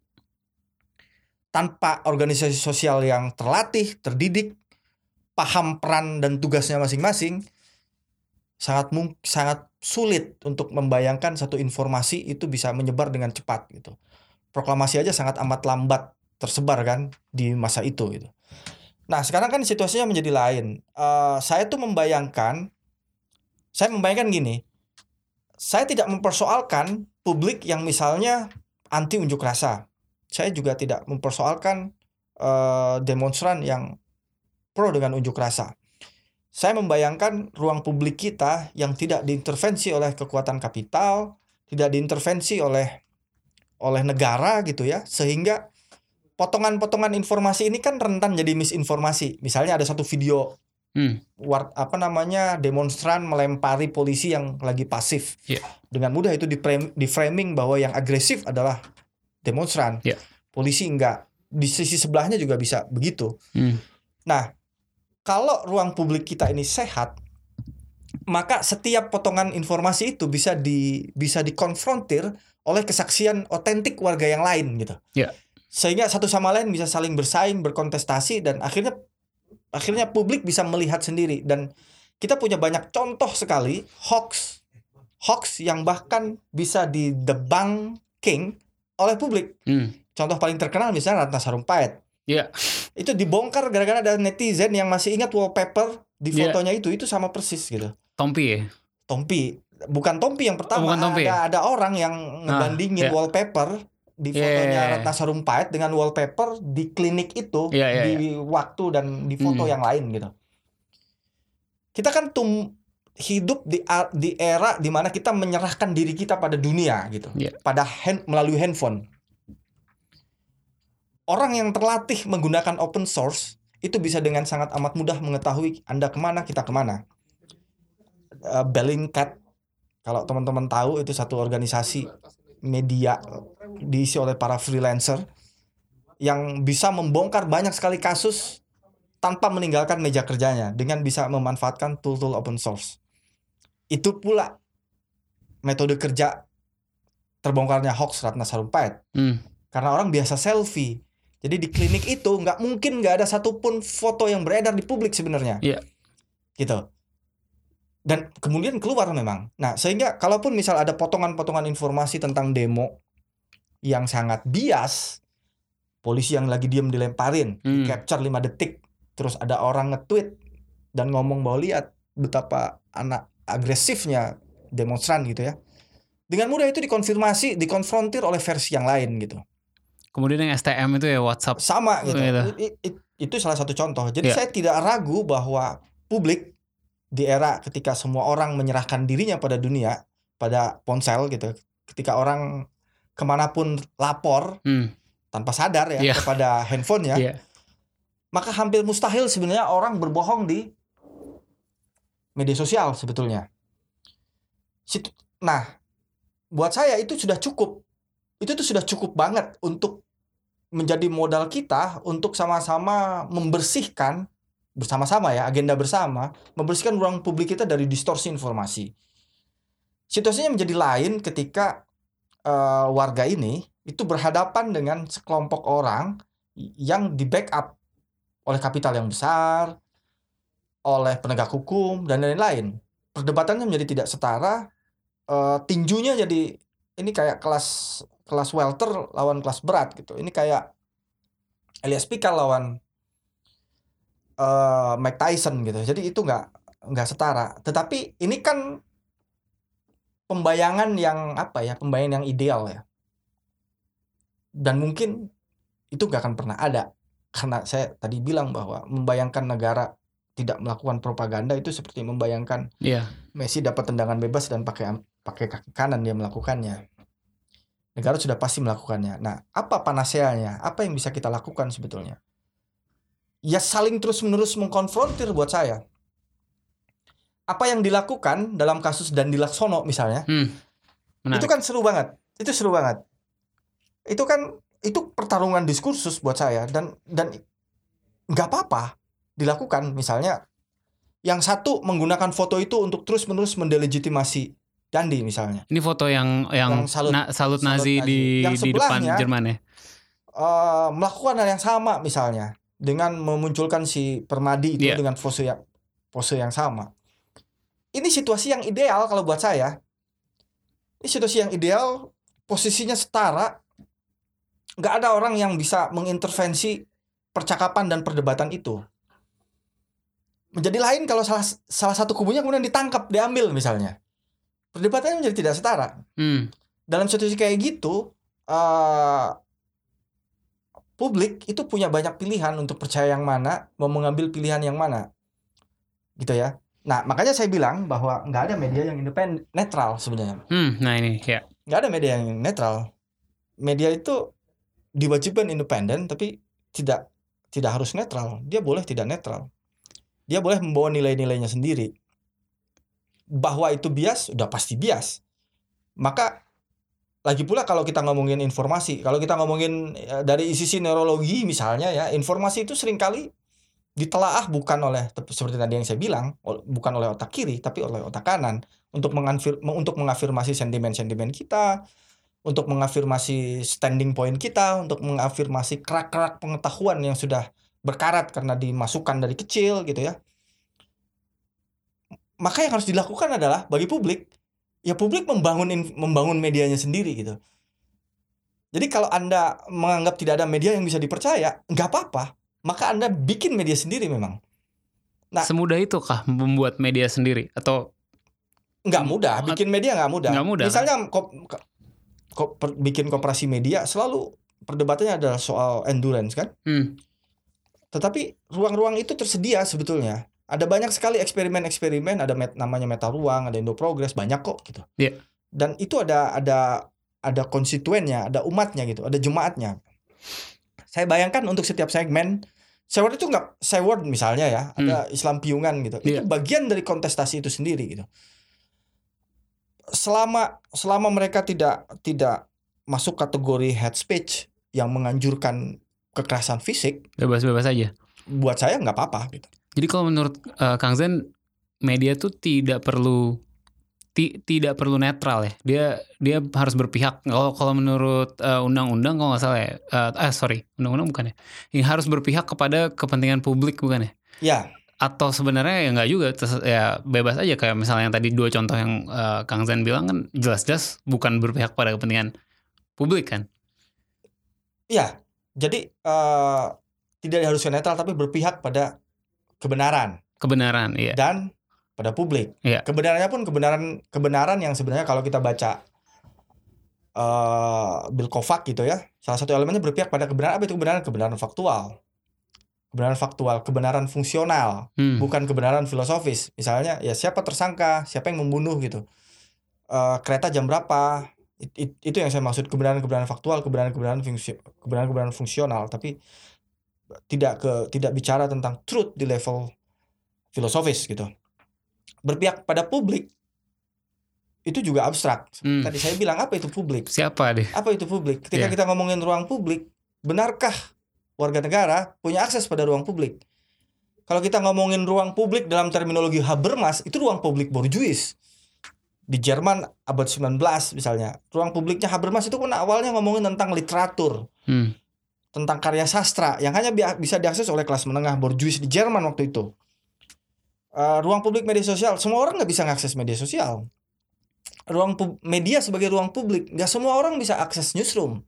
Tanpa organisasi sosial yang terlatih, terdidik, paham peran dan tugasnya masing-masing, sangat mung- sangat sulit untuk membayangkan satu informasi itu bisa menyebar dengan cepat gitu. Proklamasi aja sangat amat lambat tersebar kan di masa itu gitu. Nah sekarang kan situasinya menjadi lain. Uh, saya tuh membayangkan, saya membayangkan gini, saya tidak mempersoalkan publik yang misalnya anti unjuk rasa. Saya juga tidak mempersoalkan uh, demonstran yang pro dengan unjuk rasa. Saya membayangkan ruang publik kita yang tidak diintervensi oleh kekuatan kapital, tidak diintervensi oleh oleh negara gitu ya, sehingga potongan-potongan informasi ini kan rentan jadi misinformasi. Misalnya ada satu video Hmm. war, apa namanya demonstran melempari polisi yang lagi pasif. Yeah. Dengan mudah itu di di framing bahwa yang agresif adalah demonstran. Yeah. Polisi enggak. Di sisi sebelahnya juga bisa begitu. Hmm. Nah, kalau ruang publik kita ini sehat, maka setiap potongan informasi itu bisa di bisa dikonfrontir oleh kesaksian otentik warga yang lain gitu. Ya. Sehingga satu sama lain bisa saling bersaing, berkontestasi, dan akhirnya akhirnya publik bisa melihat sendiri. Dan kita punya banyak contoh sekali hoax hoax yang bahkan bisa didebunking oleh publik. Hmm. Contoh paling terkenal misalnya Ratna Sarumpait. Iya. Itu dibongkar gara-gara ada netizen yang masih ingat wallpaper di Iya. fotonya itu itu sama persis gitu. Tompi ya? Tompi, bukan Tompi yang pertama. Oh, bukan Tompi ada ya? ada orang yang ngebandingin iya. wallpaper di Iya, fotonya iya, iya. Ratna Sarumpait dengan wallpaper di klinik itu Iya, iya, di waktu dan di foto Hmm. yang lain gitu. Kita kan tum hidup di a- di era di mana kita menyerahkan diri kita pada dunia gitu, Iya. pada hand, melalui handphone. Orang yang terlatih menggunakan open source itu bisa dengan sangat amat mudah mengetahui Anda kemana, kita kemana. Uh, Bellingcat, kalau teman-teman tahu, itu satu organisasi media diisi oleh para freelancer yang bisa membongkar banyak sekali kasus tanpa meninggalkan meja kerjanya dengan bisa memanfaatkan tool-tool open source. Itu pula metode kerja terbongkarnya hoax Ratna Sarumpait. Hmm. Karena orang biasa selfie. Jadi di klinik itu nggak mungkin nggak ada satupun foto yang beredar di publik sebenarnya. Iya. Gitu. Dan kemudian keluar memang. Nah, sehingga kalaupun misal ada potongan-potongan informasi tentang demo yang sangat bias, polisi yang lagi diem dilemparin, Hmm. di capture lima detik, terus ada orang nge-tweet dan ngomong bahwa lihat betapa anak agresifnya demonstran gitu ya. Dengan mudah itu dikonfirmasi, dikonfrontir oleh versi yang lain gitu. Kemudian yang S T M itu ya WhatsApp. Sama gitu. Gitu. I- i- Itu salah satu contoh. Jadi Iya. saya tidak ragu bahwa publik di era ketika semua orang menyerahkan dirinya pada dunia, pada ponsel gitu, ketika orang kemanapun lapor Hmm. tanpa sadar ya Iya. kepada handphonenya, Iya. maka hampir mustahil sebenarnya orang berbohong di media sosial sebetulnya. Situ- Nah, buat saya itu sudah cukup. Itu tuh sudah cukup banget untuk menjadi modal kita untuk sama-sama membersihkan bersama-sama ya, agenda bersama, membersihkan ruang publik kita dari distorsi informasi. Situasinya menjadi lain ketika uh, warga ini itu berhadapan dengan sekelompok orang yang di backup oleh kapital yang besar, oleh penegak hukum dan lain-lain. Perdebatannya menjadi tidak setara, uh, tinjunya jadi ini kayak kelas kelas welter lawan kelas berat gitu. Ini kayak Elias Pikal lawan uh, Mike Tyson gitu. Jadi itu nggak nggak setara. Tetapi ini kan pembayangan yang apa ya? Pembayangan yang ideal ya. Dan mungkin itu nggak akan pernah ada. Karena saya tadi bilang bahwa membayangkan negara tidak melakukan propaganda itu seperti membayangkan Iya. Messi dapat tendangan bebas dan pakai pakai kaki kanan dia melakukannya. Negara sudah pasti melakukannya. Nah, apa panaseanya? Apa yang bisa kita lakukan sebetulnya? Ya saling terus-menerus mengkonfrontir buat saya. Apa yang dilakukan dalam kasus Dandi Laksono misalnya, Hmm. Menarik. itu kan seru banget. Itu seru banget. Itu kan itu pertarungan diskursus buat saya dan dan nggak apa-apa dilakukan. Misalnya yang satu menggunakan foto itu untuk terus-menerus mendelegitimasi Dandi misalnya. Ini foto yang yang, Yang salut- na- salut, salut Nazi, Nazi. di Yang di depan sebelahnya, Jerman ya. Uh, melakukan hal yang sama misalnya dengan memunculkan si Permadi itu Iya. dengan pose yang pose yang sama. Ini situasi yang ideal kalau buat saya. Ini situasi yang ideal, posisinya setara. Nggak ada orang yang bisa mengintervensi percakapan dan perdebatan itu. Menjadi lain kalau salah salah satu kubunya kemudian ditangkap, diambil misalnya. Perdebatannya menjadi tidak setara. Hmm. Dalam situasi kayak gitu, uh, publik itu punya banyak pilihan untuk percaya yang mana, mau mengambil pilihan yang mana, gitu ya. Nah, makanya saya bilang bahwa nggak ada media yang independen, netral sebenarnya. Hmm. Nah ini ya. Nggak ada media yang netral. Media itu diwajibkan independen, tapi tidak tidak harus netral. Dia boleh tidak netral. Dia boleh membawa nilai-nilainya sendiri. Bahwa itu bias, udah pasti bias. Maka lagi pula kalau kita ngomongin informasi, kalau kita ngomongin ya, dari sisi neurologi misalnya ya, informasi itu seringkali ditelaah bukan oleh seperti tadi yang saya bilang, bukan oleh otak kiri tapi oleh otak kanan untuk mengafir, untuk mengafirmasi sentimen-sentimen kita, untuk mengafirmasi standing point kita, untuk mengafirmasi kerak-kerak pengetahuan yang sudah berkarat karena dimasukkan dari kecil gitu ya. Maka yang harus dilakukan adalah bagi publik, ya publik membangun membangun medianya sendiri gitu. Jadi kalau Anda menganggap tidak ada media yang bisa dipercaya, nggak apa-apa, maka Anda bikin media sendiri memang. Nah, semudah itu kah membuat media sendiri atau nggak mudah? Bikin media nggak mudah. Nggak mudah. Misalnya kop, kop, bikin koperasi media selalu perdebatannya adalah soal endurance kan. Hmm. Tetapi ruang-ruang itu tersedia sebetulnya. Ada banyak sekali eksperimen-eksperimen, ada met, namanya Meta Ruang, ada Indo Progress, banyak kok gitu. Yeah. Dan itu ada ada ada konstituennya, ada umatnya gitu, ada jemaatnya. Saya bayangkan untuk setiap segmen, Seward itu nggak, Seward misalnya ya, hmm. ada Islam Piungan gitu, yeah. itu bagian dari kontestasi itu sendiri gitu. Selama selama mereka tidak tidak masuk kategori hate speech yang menganjurkan kekerasan fisik, bebas-bebas aja. Buat saya nggak apa-apa gitu. Jadi kalau menurut uh, Kang Zen, media tuh tidak perlu Ti, tidak perlu netral ya. Dia dia harus berpihak. Kalau kalau menurut uh, undang-undang kalau nggak salah ya. Uh, ah sorry, undang-undang bukan ya. Yang harus berpihak kepada kepentingan publik bukan ya? Ya. Atau sebenarnya ya nggak juga. Terus, ya bebas aja kayak misalnya yang tadi dua contoh yang uh, Kang Zen bilang kan jelas-jelas bukan berpihak pada kepentingan publik kan? Iya. Jadi uh, tidak harus netral tapi berpihak pada kebenaran. Kebenaran, iya. Dan pada publik. Iya. Kebenarannya pun kebenaran kebenaran yang sebenarnya kalau kita baca uh, Bill Kovac gitu ya, salah satu elemennya berpihak pada kebenaran. Apa itu kebenaran? Kebenaran faktual. Kebenaran faktual, kebenaran fungsional, hmm. bukan kebenaran filosofis. Misalnya ya siapa tersangka, siapa yang membunuh gitu. Uh, kereta jam berapa? It, it, itu yang saya maksud kebenaran-kebenaran faktual, kebenaran-kebenaran fungsi, kebenaran-kebenaran fungsional, tapi tidak ke tidak bicara tentang truth di level filosofis gitu. Berpihak pada publik itu juga abstrak. Hmm. Tadi saya bilang apa itu publik? Siapa deh? Apa itu publik? Ketika yeah. kita ngomongin ruang publik, benarkah warga negara punya akses pada ruang publik? Kalau kita ngomongin ruang publik dalam terminologi Habermas, itu ruang publik borjuis. Di Jerman abad sembilan belas misalnya, ruang publiknya Habermas itu kan awalnya ngomongin tentang literatur, hmm. tentang karya sastra yang hanya bi- bisa diakses oleh kelas menengah borjuis di Jerman waktu itu. Uh, ruang publik media sosial, semua orang nggak bisa mengakses media sosial. Ruang pub- media sebagai ruang publik, nggak semua orang bisa akses newsroom.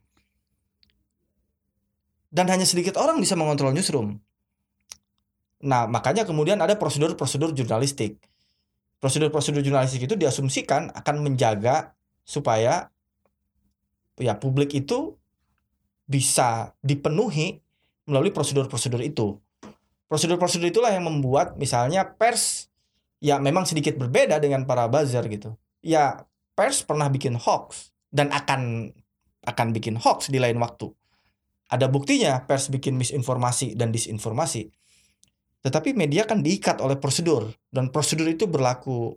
Dan hanya sedikit orang bisa mengontrol newsroom. Nah, makanya kemudian ada prosedur-prosedur jurnalistik. Prosedur-prosedur jurnalistik itu diasumsikan akan menjaga supaya ya publik itu bisa dipenuhi melalui prosedur-prosedur itu. Prosedur-prosedur itulah yang membuat misalnya pers ya memang sedikit berbeda dengan para buzzer gitu. Ya pers pernah bikin hoax dan akan akan bikin hoax di lain waktu. Ada buktinya pers bikin misinformasi dan disinformasi. Tetapi media kan diikat oleh prosedur dan prosedur itu berlaku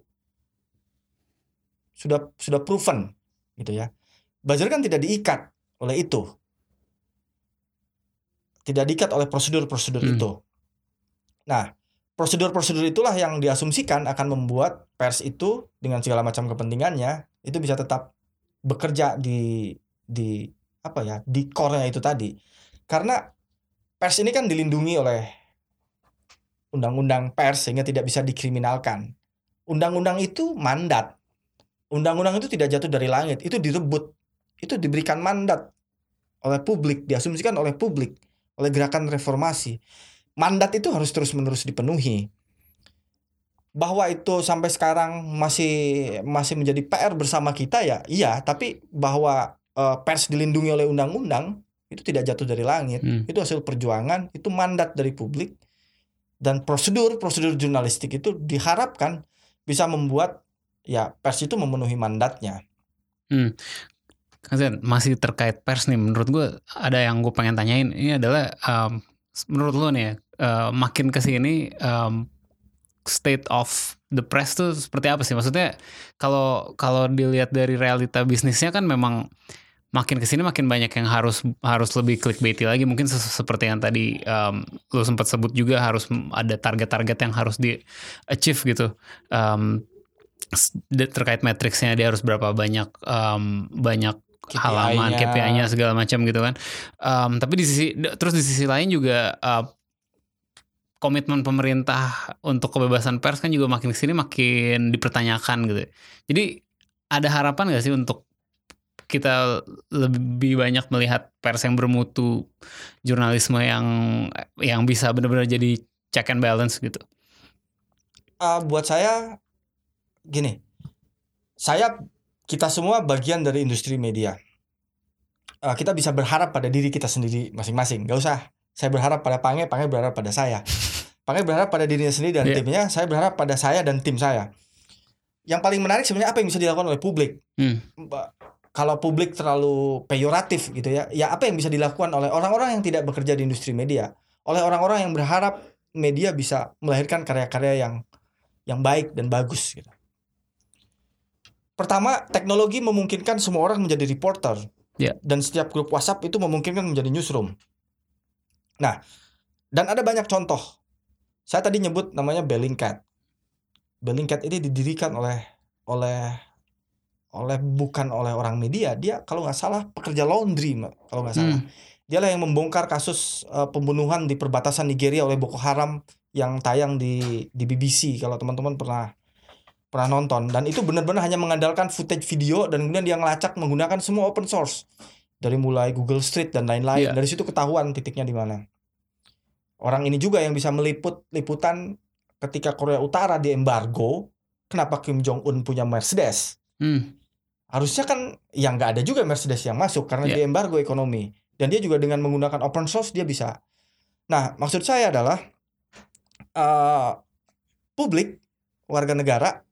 sudah sudah proven gitu ya. Buzzer kan tidak diikat oleh itu. Tidak diikat oleh prosedur-prosedur hmm. itu. Nah, prosedur-prosedur itulah yang diasumsikan akan membuat pers itu dengan segala macam kepentingannya itu bisa tetap bekerja di di apa ya, di core-nya itu tadi. Karena pers ini kan dilindungi oleh undang-undang pers sehingga tidak bisa dikriminalkan. Undang-undang itu mandat. Undang-undang itu tidak jatuh dari langit, itu direbut. Itu diberikan mandat oleh publik, diasumsikan oleh publik, oleh gerakan reformasi. Mandat itu harus terus-menerus dipenuhi. Bahwa itu sampai sekarang masih masih menjadi P R bersama kita ya, iya. Tapi bahwa uh, pers dilindungi oleh undang-undang itu tidak jatuh dari langit. Hmm. Itu hasil perjuangan, itu mandat dari publik. Dan prosedur-prosedur jurnalistik itu diharapkan bisa membuat ya pers itu memenuhi mandatnya. Hmm. Kang Zen, masih terkait pers nih, menurut gue ada yang gue pengen tanyain. Ini adalah um, menurut lo nih, uh, makin kesini um, state of the press tuh seperti apa sih? Maksudnya kalau kalau dilihat dari realita bisnisnya kan memang makin kesini makin banyak yang harus harus lebih clickbaity lagi, mungkin se- seperti yang tadi um, lu sempat sebut juga, harus ada target-target yang harus di achieve gitu, um, terkait matriksnya, dia harus berapa banyak um, banyak halaman, K P I-nya segala macam gitu kan. Um, tapi di sisi terus di sisi lain juga uh, komitmen pemerintah untuk kebebasan pers kan juga makin kesini makin dipertanyakan gitu. Jadi ada harapan nggak sih untuk kita lebih banyak melihat pers yang bermutu, jurnalisme yang yang bisa benar-benar jadi check and balance gitu? Uh, buat saya gini, saya kita semua bagian dari industri media. Uh, kita bisa berharap pada diri kita sendiri masing-masing. Gak usah saya berharap pada Pange, Pange berharap pada saya. Pange berharap pada dirinya sendiri dan yeah. timnya. Saya berharap pada saya dan tim saya. Yang paling menarik sebenarnya apa yang bisa dilakukan oleh publik. Hmm. Kalau publik terlalu peyoratif gitu ya, ya apa yang bisa dilakukan oleh orang-orang yang tidak bekerja di industri media, oleh orang-orang yang berharap media bisa melahirkan karya-karya yang yang baik dan bagus gitu. Pertama, teknologi memungkinkan semua orang menjadi reporter, yeah. dan setiap grup WhatsApp itu memungkinkan menjadi newsroom. Nah, dan ada banyak contoh. Saya tadi nyebut namanya Bellingcat. Bellingcat ini didirikan oleh oleh oleh bukan oleh orang media, dia kalau nggak salah pekerja laundry kalau nggak salah. Hmm. Dialah yang membongkar kasus uh, pembunuhan di perbatasan Nigeria oleh Boko Haram yang tayang di di B B C kalau teman-teman pernah pernah nonton. Dan itu benar-benar hanya mengandalkan footage video dan kemudian dia ngelacak menggunakan semua open source dari mulai Google Street dan lain-lain. Yeah. Dari situ ketahuan titiknya di mana. Orang ini juga yang bisa meliput liputan ketika Korea Utara diembargo. Kenapa Kim Jong Un punya Mercedes? Hmm. Harusnya kan yang nggak ada juga Mercedes yang masuk karena yeah. dia embargo ekonomi. Dan dia juga dengan menggunakan open source dia bisa. Nah, maksud saya adalah uh, publik, warga negara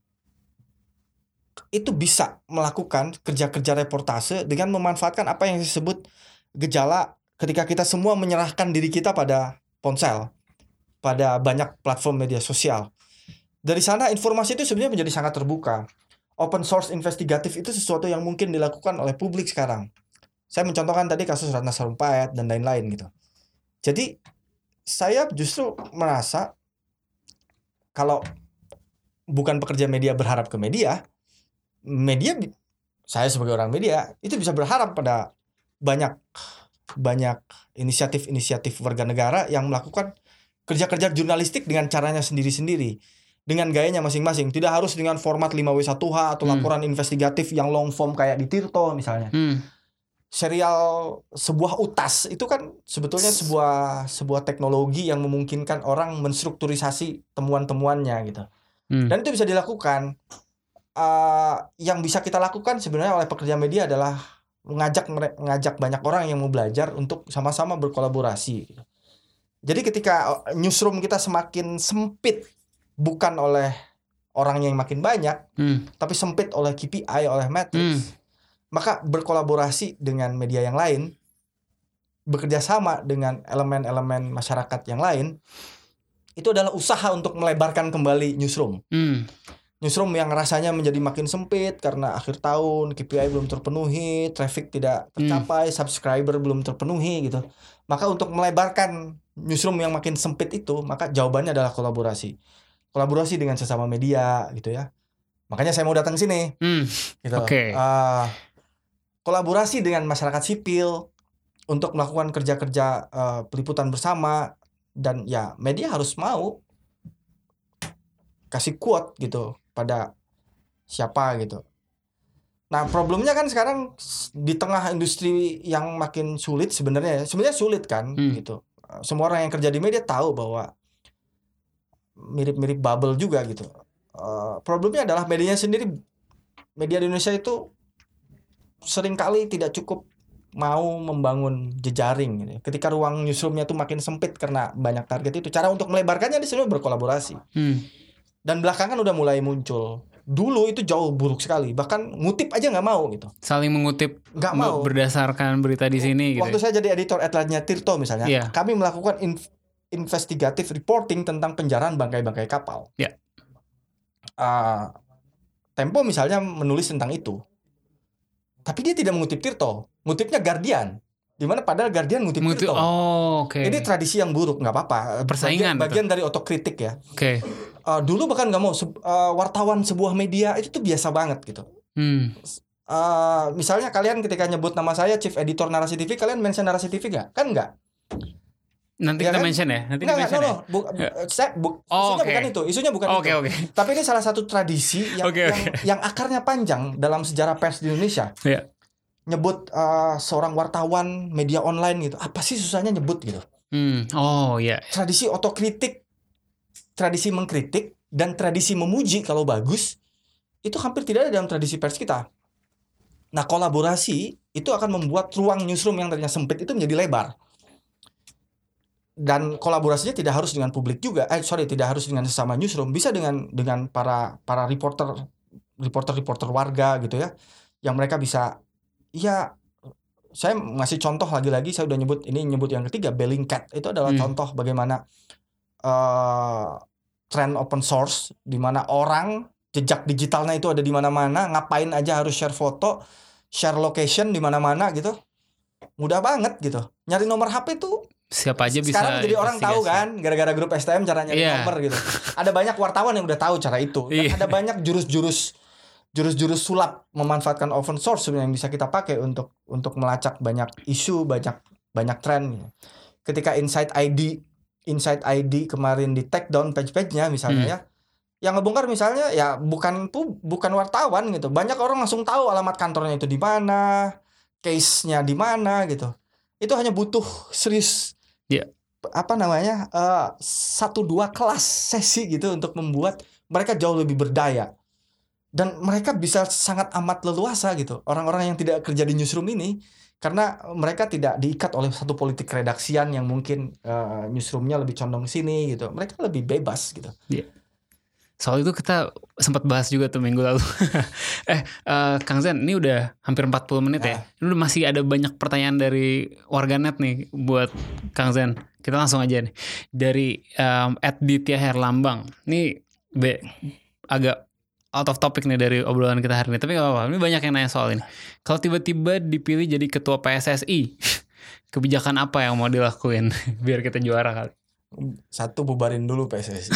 itu bisa melakukan kerja-kerja reportase dengan memanfaatkan apa yang disebut gejala ketika kita semua menyerahkan diri kita pada ponsel, pada banyak platform media sosial. Dari sana informasi itu sebenarnya menjadi sangat terbuka. Open source investigatif itu sesuatu yang mungkin dilakukan oleh publik sekarang. Saya mencontohkan tadi kasus Ratna Sarumpait dan lain-lain gitu. Jadi saya justru merasa kalau bukan pekerja media berharap ke media, media saya sebagai orang media itu bisa berharap pada banyak banyak inisiatif-inisiatif warga negara yang melakukan kerja-kerja jurnalistik dengan caranya sendiri-sendiri. Dengan gayanya masing-masing. Tidak harus dengan format lima W satu H atau hmm. laporan investigatif yang long form kayak di Tirto misalnya. Hmm. Serial sebuah U T A S itu kan sebetulnya sebuah sebuah teknologi yang memungkinkan orang menstrukturisasi temuan-temuannya gitu. Hmm. Dan itu bisa dilakukan. Uh, yang bisa kita lakukan sebenarnya oleh pekerja media adalah mengajak mengajak banyak orang yang mau belajar untuk sama-sama berkolaborasi. Jadi ketika newsroom kita semakin sempit, bukan oleh orang yang makin banyak, hmm. tapi sempit oleh K P I, oleh matrix, hmm. maka berkolaborasi dengan media yang lain, bekerja sama dengan elemen-elemen masyarakat yang lain, itu adalah usaha untuk melebarkan kembali newsroom. Hmm. Newsroom yang rasanya menjadi makin sempit karena akhir tahun, K P I belum terpenuhi, traffic tidak tercapai, hmm. subscriber belum terpenuhi gitu. Maka untuk melebarkan newsroom yang makin sempit itu, maka jawabannya adalah kolaborasi. Kolaborasi dengan sesama media gitu ya. Makanya saya mau datang sini. Hmm. Gitu. Oke. Okay. Uh, kolaborasi dengan masyarakat sipil untuk melakukan kerja-kerja uh, peliputan bersama, dan ya media harus mau kasih quote gitu pada siapa gitu. Nah, problemnya kan sekarang di tengah industri yang makin sulit sebenarnya, sebenarnya sulit kan hmm. gitu. Semua orang yang kerja di media tahu bahwa mirip-mirip bubble juga gitu. Uh, problemnya adalah medianya sendiri, media di Indonesia itu seringkali tidak cukup mau membangun jejaring gitu. Ketika ruang newsroomnya tuh makin sempit karena banyak target itu, cara untuk melebarkannya di sini berkolaborasi. Hmm. Dan belakangan udah mulai muncul. Dulu itu jauh buruk sekali, bahkan ngutip aja nggak mau gitu. Saling mengutip nggak mau berdasarkan berita di sini. Waktu gitu. saya jadi editor Atlasnya Tirto misalnya, yeah. kami melakukan inf- investigatif reporting tentang penjaraan bangkai-bangkai kapal. Yeah. Uh, Tempo misalnya menulis tentang itu. Tapi dia tidak mengutip Tirto, ngutipnya Guardian. Di mana padahal Guardian ngutip Ngutip- Tirto. oh, oke. Ini tradisi yang buruk, nggak apa-apa. Persaingan Bagian, bagian dari otokritik ya. Oke. Uh, dulu bahkan nggak mau se- uh, wartawan sebuah media itu tuh biasa banget gitu. Hmm. Uh, misalnya kalian ketika nyebut nama saya Chief Editor Narasi T V, kalian mention Narasi T V nggak? Kan nggak? Nanti Ya kita kan? mention ya. Nanti Nggak, di-mention no, ya. no. Bu, Ya. saya, bu, Oh, isunya oke. bukan itu, isunya bukan Oke, itu. oke. Tapi ini salah satu tradisi yang, Oke, oke. yang yang akarnya panjang dalam sejarah pers di Indonesia. Iya. Nyebut uh, seorang wartawan media online gitu, apa sih susahnya nyebut gitu? Hmm. Oh, iya. Tradisi otokritik, tradisi mengkritik, dan tradisi memuji kalau bagus itu hampir tidak ada dalam tradisi pers kita. Nah, kolaborasi itu akan membuat ruang newsroom yang tadinya sempit itu menjadi lebar. Dan kolaborasinya tidak harus dengan publik juga. Eh sorry, tidak harus dengan sesama newsroom, bisa dengan dengan para para reporter reporter-reporter warga gitu ya. Yang mereka bisa ya, saya ngasih contoh lagi-lagi, saya udah nyebut ini, nyebut yang ketiga, Bellingcat. Itu adalah Hmm. contoh bagaimana uh, tren open source di mana orang jejak digitalnya itu ada di mana-mana, ngapain aja harus share foto, share location di mana-mana gitu. Mudah banget gitu. Nyari nomor H P tuh Siapa aja bisa. sekarang jadi orang tahu investigasi. kan, gara-gara grup S T M cara nyari Iya. nomor gitu. Ada banyak wartawan yang udah tahu cara itu. Dan Iya. ada banyak jurus-jurus jurus-jurus sulap memanfaatkan open source sebenarnya yang bisa kita pakai untuk untuk melacak banyak isu, banyak banyak tren. Ketika Insight I D Insight I D kemarin di take down page-page-nya misalnya Hmm. ya. Yang ngebongkar misalnya ya bukan pu- bukan wartawan gitu. Banyak orang langsung tahu alamat kantornya itu di mana, case-nya di mana gitu. Itu hanya butuh serius Iya. apa namanya eh, satu dua kelas sesi gitu untuk membuat mereka jauh lebih berdaya. Dan mereka bisa sangat amat leluasa gitu. Orang-orang yang tidak kerja di newsroom ini, karena mereka tidak diikat oleh satu politik redaksian yang mungkin uh, newsroomnya lebih condong ke sini gitu. Mereka lebih bebas gitu. Soal itu kita sempat bahas juga tuh minggu lalu. eh, eh, Kang Zen, ini udah hampir empat puluh menit ya. Ini udah masih ada banyak pertanyaan dari warganet nih buat Kang Zen. Kita langsung aja nih. Dari um, at Ditya Herlambang. Ini be, agak out of topic nih dari obrolan kita hari ini. Tapi gak apa-apa. Ini banyak yang nanya soal ini. Kalau tiba-tiba dipilih jadi ketua P S S I, kebijakan apa yang mau dilakuin biar kita juara kali? Satu, bubarin dulu P S S I.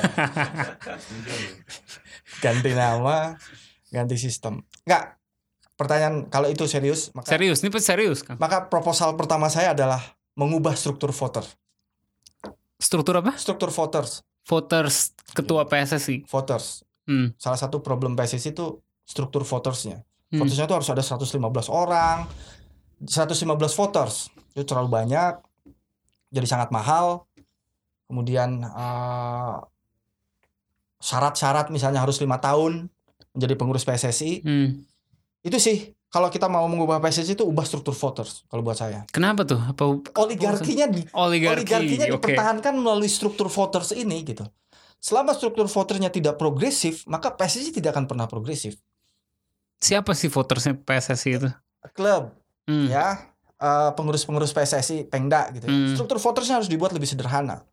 Ganti nama, ganti sistem. Enggak. Pertanyaan kalau itu serius, maka Serius, ini serius Kang. maka proposal pertama saya adalah mengubah struktur voter. Struktur apa? Struktur voters, Voters ketua P S S I. voters. Hmm. Salah satu problem P S S I itu struktur votersnya. Hmm. Votersnya itu harus ada seratus lima belas orang, seratus lima belas voters. Itu terlalu banyak, jadi sangat mahal. Kemudian uh, syarat-syarat misalnya harus lima tahun menjadi pengurus P S S I. Hmm. Itu sih kalau kita mau mengubah P S S I itu ubah struktur voters kalau buat saya. Kenapa tuh? Apa Oligarkinya di, oligarki? oligarkinya Oke. dipertahankan melalui struktur voters ini gitu. Selama struktur votersnya tidak progresif, maka P S S I tidak akan pernah progresif. Siapa sih votersnya P S S I itu? Klub Hmm. ya, uh, pengurus-pengurus P S S I, Pengda gitu. ya. Hmm. Struktur votersnya harus dibuat lebih sederhana.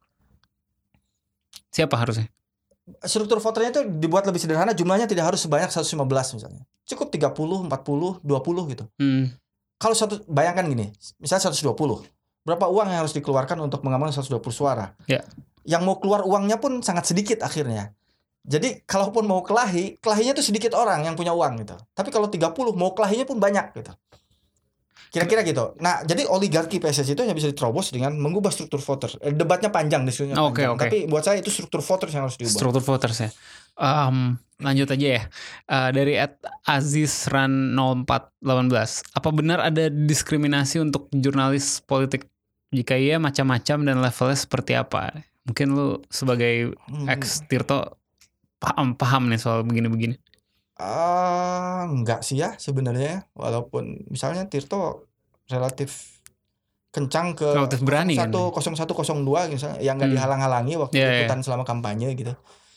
Siapa harusnya? Struktur voternya itu dibuat lebih sederhana, jumlahnya tidak harus sebanyak seratus lima belas misalnya. Cukup tiga puluh, empat puluh, dua puluh gitu. Hmm. Kalau satu, bayangkan gini, misalnya seratus dua puluh. Berapa uang yang harus dikeluarkan untuk mengamankan seratus dua puluh suara? Ya. Yang mau keluar uangnya pun sangat sedikit akhirnya. Jadi kalaupun mau kelahi, kelahinya tuh sedikit orang yang punya uang gitu. Tapi kalau tiga puluh mau kelahinya pun banyak gitu. Kira-kira gitu. Nah, jadi oligarki P S S I itu hanya bisa diterobos dengan mengubah struktur voter. Eh, debatnya panjang, diskusinya Oke, panjang. oke. Tapi buat saya itu struktur voters yang harus diubah. Struktur voters ya. Um, lanjut aja ya. Uh, dari at Azizran nol empat satu delapan. Apa benar ada diskriminasi untuk jurnalis politik? Jika iya, macam-macam dan levelnya seperti apa? Mungkin lu sebagai Hmm. ex Tirto paham paham nih soal begini-begini. Ah, enggak sih ya sebenarnya. Walaupun misalnya Tirto relatif kencang ke Relatif berani kan? satu nol satu nol dua misalnya yang enggak Hmm. dihalang-halangi waktu Iya, liputan selama kampanye gitu.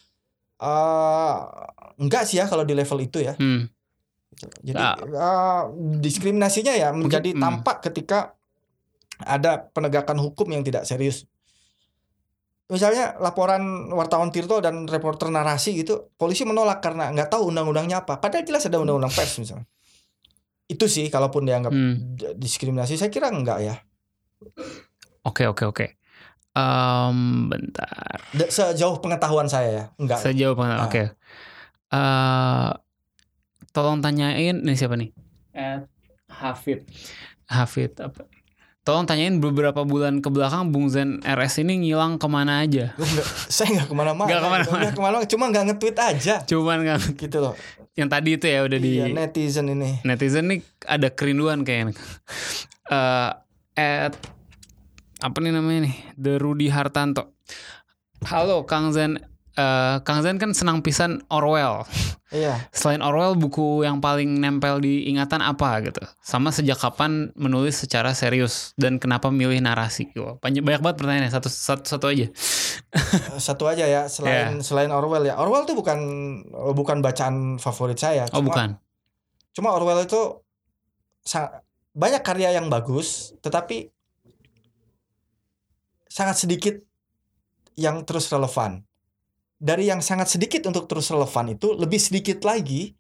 Ah, enggak sih ya kalau di level itu ya. Hmm. Jadi Ah. ah, diskriminasinya ya menjadi Mungkin, hmm. tampak ketika ada penegakan hukum yang tidak serius. Misalnya laporan wartawan Tirto dan reporter narasi gitu, polisi menolak karena nggak tahu undang-undangnya apa. Padahal jelas ada undang-undang pers misalnya. Itu sih kalaupun dianggap Hmm. d- diskriminasi, saya kira enggak ya. Oke oke oke. Em, bentar. D- Sejauh pengetahuan saya ya, enggak. lah. Sejauh pengetahuan. Ah. Oke. Eh, tolong tanyain ini siapa nih? At Hafid. Hafid apa? Tolong tanyain beberapa bulan ke belakang Bung Zen R S ini ngilang kemana aja? Enggak, saya enggak kemana-mana. Nggak kemana-mana. Enggak kemana-mana, cuma enggak nge-tweet aja. Cuman kan Gitu loh. yang tadi itu ya udah di Iya, netizen ini. netizen nih ada kerinduan kayaknya. Eh at apa nih namanya nih? The Rudy Hartanto. Halo Kang Zen. Eh, Kang Zen kan senang pisan Orwell. Iya. Selain Orwell, buku yang paling nempel di ingatan apa gitu? Sama sejak kapan menulis secara serius dan kenapa milih narasi? Wah, banyak banyak banget pertanyaannya. Satu satu, satu aja. Satu aja ya, selain Yeah. selain Orwell ya. Orwell tuh bukan bukan bacaan favorit saya. Oh Cuma, bukan. Cuma Orwell itu sa- banyak karya yang bagus, tetapi sangat sedikit yang terus relevan. Dari yang sangat sedikit untuk terus relevan itu lebih sedikit lagi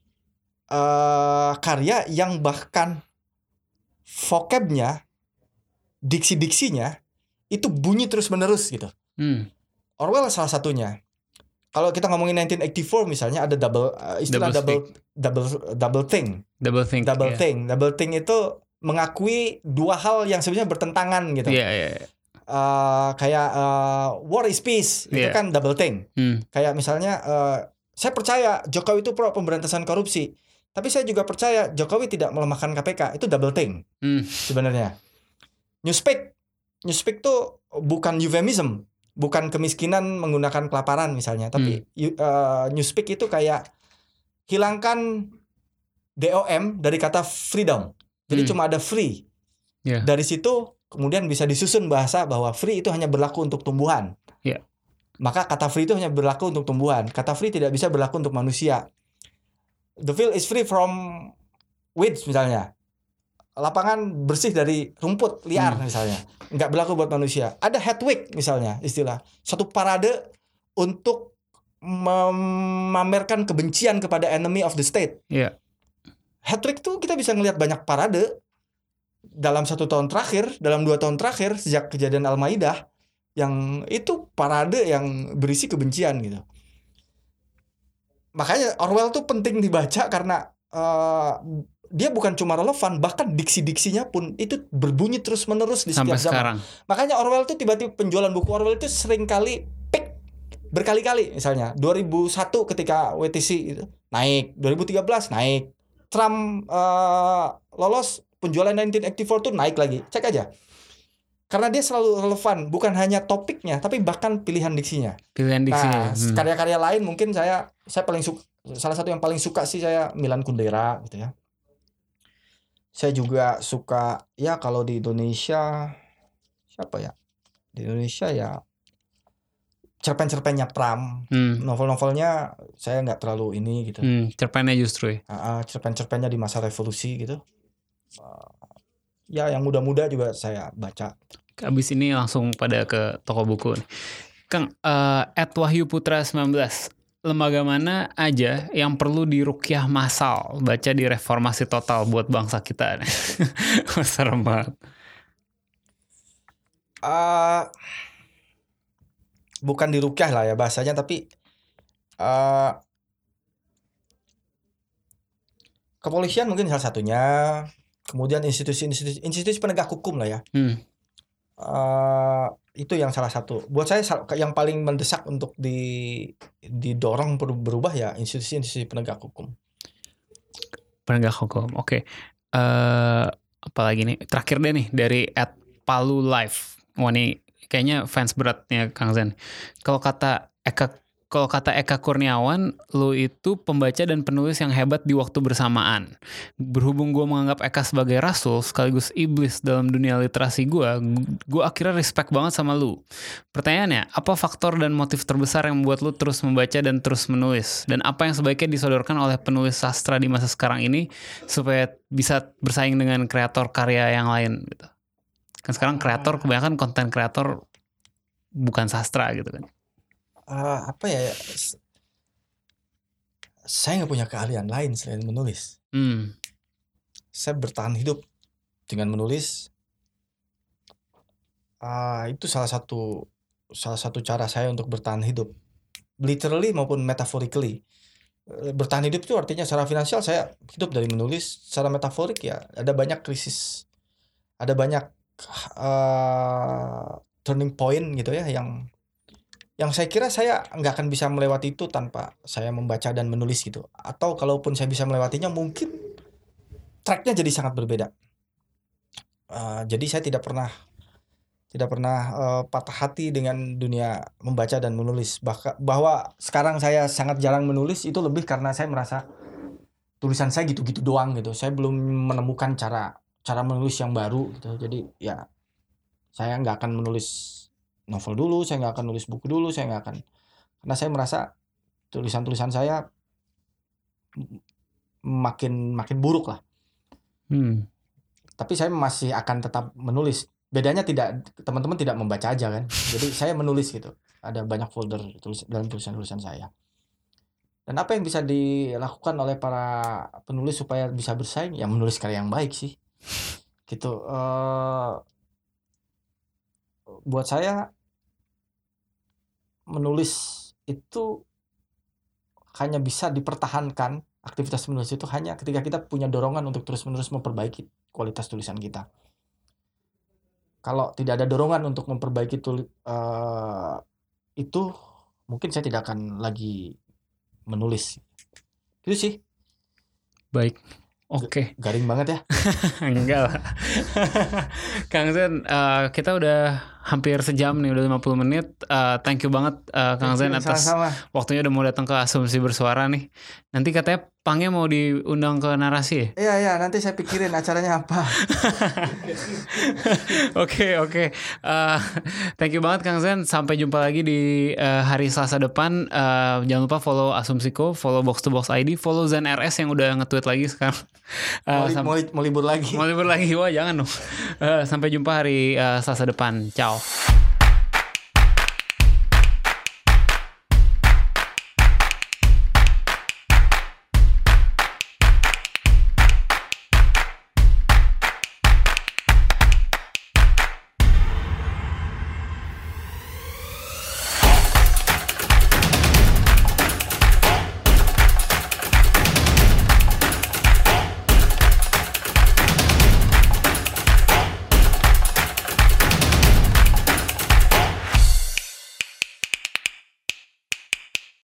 uh, karya yang bahkan vocabnya, diksi-diksinya itu bunyi terus-menerus gitu. Hmm. Orwell salah satunya. Kalau kita ngomongin nineteen eighty-four misalnya ada double uh, istilah Double double double double think. Double think. Double yeah. think. Double think itu mengakui dua hal yang sebenarnya bertentangan gitu. Iya, iya. Uh, kayak uh, war is peace itu Yeah. kan double think. Hmm. Kayak misalnya uh, saya percaya Jokowi itu pro pemberantasan korupsi, tapi saya juga percaya Jokowi tidak melemahkan K P K. Itu double think Hmm. sebenarnya. Newspeak, newspeak tuh bukan euphemism, bukan kemiskinan menggunakan kelaparan misalnya, tapi Hmm. uh, newspeak itu kayak hilangkan D O M dari kata freedom. Jadi Hmm. cuma ada free. Yeah. Dari situ kemudian bisa disusun bahasa bahwa free itu hanya berlaku untuk tumbuhan. Yeah. Maka kata free itu hanya berlaku untuk tumbuhan. Kata free tidak bisa berlaku untuk manusia. The field is free from weeds misalnya. Lapangan bersih dari rumput liar Hmm. misalnya. Nggak berlaku buat manusia. Ada Hatwick misalnya istilah. Satu parade untuk memamerkan kebencian kepada enemy of the state. Iya. Hatwick tuh kita bisa ngelihat banyak parade dalam satu tahun terakhir, dalam dua tahun terakhir sejak kejadian Al-Maidah, yang itu parade yang berisi kebencian gitu. Makanya Orwell tuh penting dibaca karena uh, dia bukan cuma relevan, bahkan diksi-diksinya pun itu berbunyi terus-menerus di Sampai setiap zaman. sekarang. Makanya Orwell tuh tiba-tiba penjualan buku Orwell itu sering kali peak berkali-kali. Misalnya dua ribu satu ketika W T C itu naik, dua ribu tiga belas naik, Trump uh, lolos, penjualan nineteen eighty-four tuh naik lagi. Cek aja. Karena dia selalu relevan, bukan hanya topiknya, tapi bahkan pilihan diksinya. Pilihan diksinya. Nah, Hmm. karya-karya lain mungkin saya saya paling suka, salah satu yang paling suka sih saya Milan Kundera gitu ya. Saya juga suka ya kalau di Indonesia siapa ya? Di Indonesia ya cerpen-cerpennya Pram, Hmm. novel-novelnya saya nggak terlalu ini gitu. Hmm. Cerpennya justru ya. Uh, uh, cerpen-cerpennya di masa revolusi gitu. Uh, ya yang muda-muda juga saya baca. Abis ini langsung pada ke toko buku nih. Kang, uh, at Wahyu Putra sembilan belas. Lembaga mana aja yang perlu dirukyah massal baca di reformasi total buat bangsa kita? Serem banget. Uh, bukan dirukyah lah ya bahasanya, tapi uh, kepolisian mungkin salah satunya, kemudian institusi-institusi institusi penegak hukum lah ya. Hmm. Uh, itu yang salah satu. Buat saya yang paling mendesak untuk di didorong berubah ya institusi-institusi penegak hukum. Penegak hukum, oke. Okay. Uh, apalagi nih? Terakhir deh nih dari at Palu Live. Wah nih kayaknya fans beratnya Kang Zen. Kalau kata Eka Kalau kata Eka Kurniawan, lu itu pembaca dan penulis yang hebat di waktu bersamaan. Berhubung gue menganggap Eka sebagai rasul sekaligus iblis dalam dunia literasi gue, gue akhirnya respect banget sama lu. Pertanyaannya, apa faktor dan motif terbesar yang membuat lu terus membaca dan terus menulis? Dan apa yang sebaiknya disodorkan oleh penulis sastra di masa sekarang ini supaya bisa bersaing dengan kreator karya yang lain gitu? Kan sekarang kreator kebanyakan konten kreator bukan sastra gitu kan. Uh, apa ya, saya nggak punya keahlian lain selain menulis. Hmm. saya bertahan hidup dengan menulis. Uh, itu salah satu salah satu cara saya untuk bertahan hidup, literally maupun metaphorically. Bertahan hidup itu artinya secara finansial saya hidup dari menulis, secara metaforik ya ada banyak krisis, ada banyak uh, turning point gitu ya yang yang saya kira saya nggak akan bisa melewati itu tanpa saya membaca dan menulis gitu, atau kalaupun saya bisa melewatinya mungkin tracknya jadi sangat berbeda. Uh, jadi saya tidak pernah tidak pernah uh, patah hati dengan dunia membaca dan menulis. Bahkan bahwa sekarang saya sangat jarang menulis itu lebih karena saya merasa tulisan saya gitu-gitu doang gitu. Saya belum menemukan cara cara menulis yang baru gitu. Jadi ya saya nggak akan menulis novel dulu, saya nggak akan nulis buku dulu, saya nggak akan, karena saya merasa tulisan-tulisan saya makin makin buruk lah. Hmm. Tapi saya masih akan tetap menulis. Bedanya tidak, teman-teman tidak membaca aja kan. Jadi saya menulis gitu. Ada banyak folder tulis dalam tulisan-tulisan saya. Dan apa yang bisa dilakukan oleh para penulis supaya bisa bersaing? Ya menulis karya yang baik sih. Gitu. Uh, buat saya menulis itu hanya bisa dipertahankan, aktivitas menulis itu hanya ketika kita punya dorongan untuk terus-menerus memperbaiki kualitas tulisan kita. Kalau tidak ada dorongan untuk memperbaiki tuli, uh, itu, mungkin saya tidak akan lagi menulis. Itu sih. Baik, oke. Okay. Garing banget ya? Enggak lah. Kang Zen, uh, kita udah hampir sejam nih, udah lima puluh menit. Uh, thank you banget uh, Kang Zen atas sama-sama. Waktunya udah mau datang ke Asumsi Bersuara nih. Nanti katanya Pangnya mau diundang ke Narasi ya? Iya, iya, nanti saya pikirin acaranya apa. Oke, oke. Uh, thank you banget Kang Zen. Sampai jumpa lagi di uh, hari Selasa depan. Uh, jangan lupa follow Asumsiko, follow Box to Box I D, follow Zen R S yang udah nge-tweet lagi sekarang. Uh, mau, li- mau, li- mau libur lagi. Mau libur lagi? Wah, jangan dong. Uh, sampai jumpa hari uh, Selasa depan. Ciao.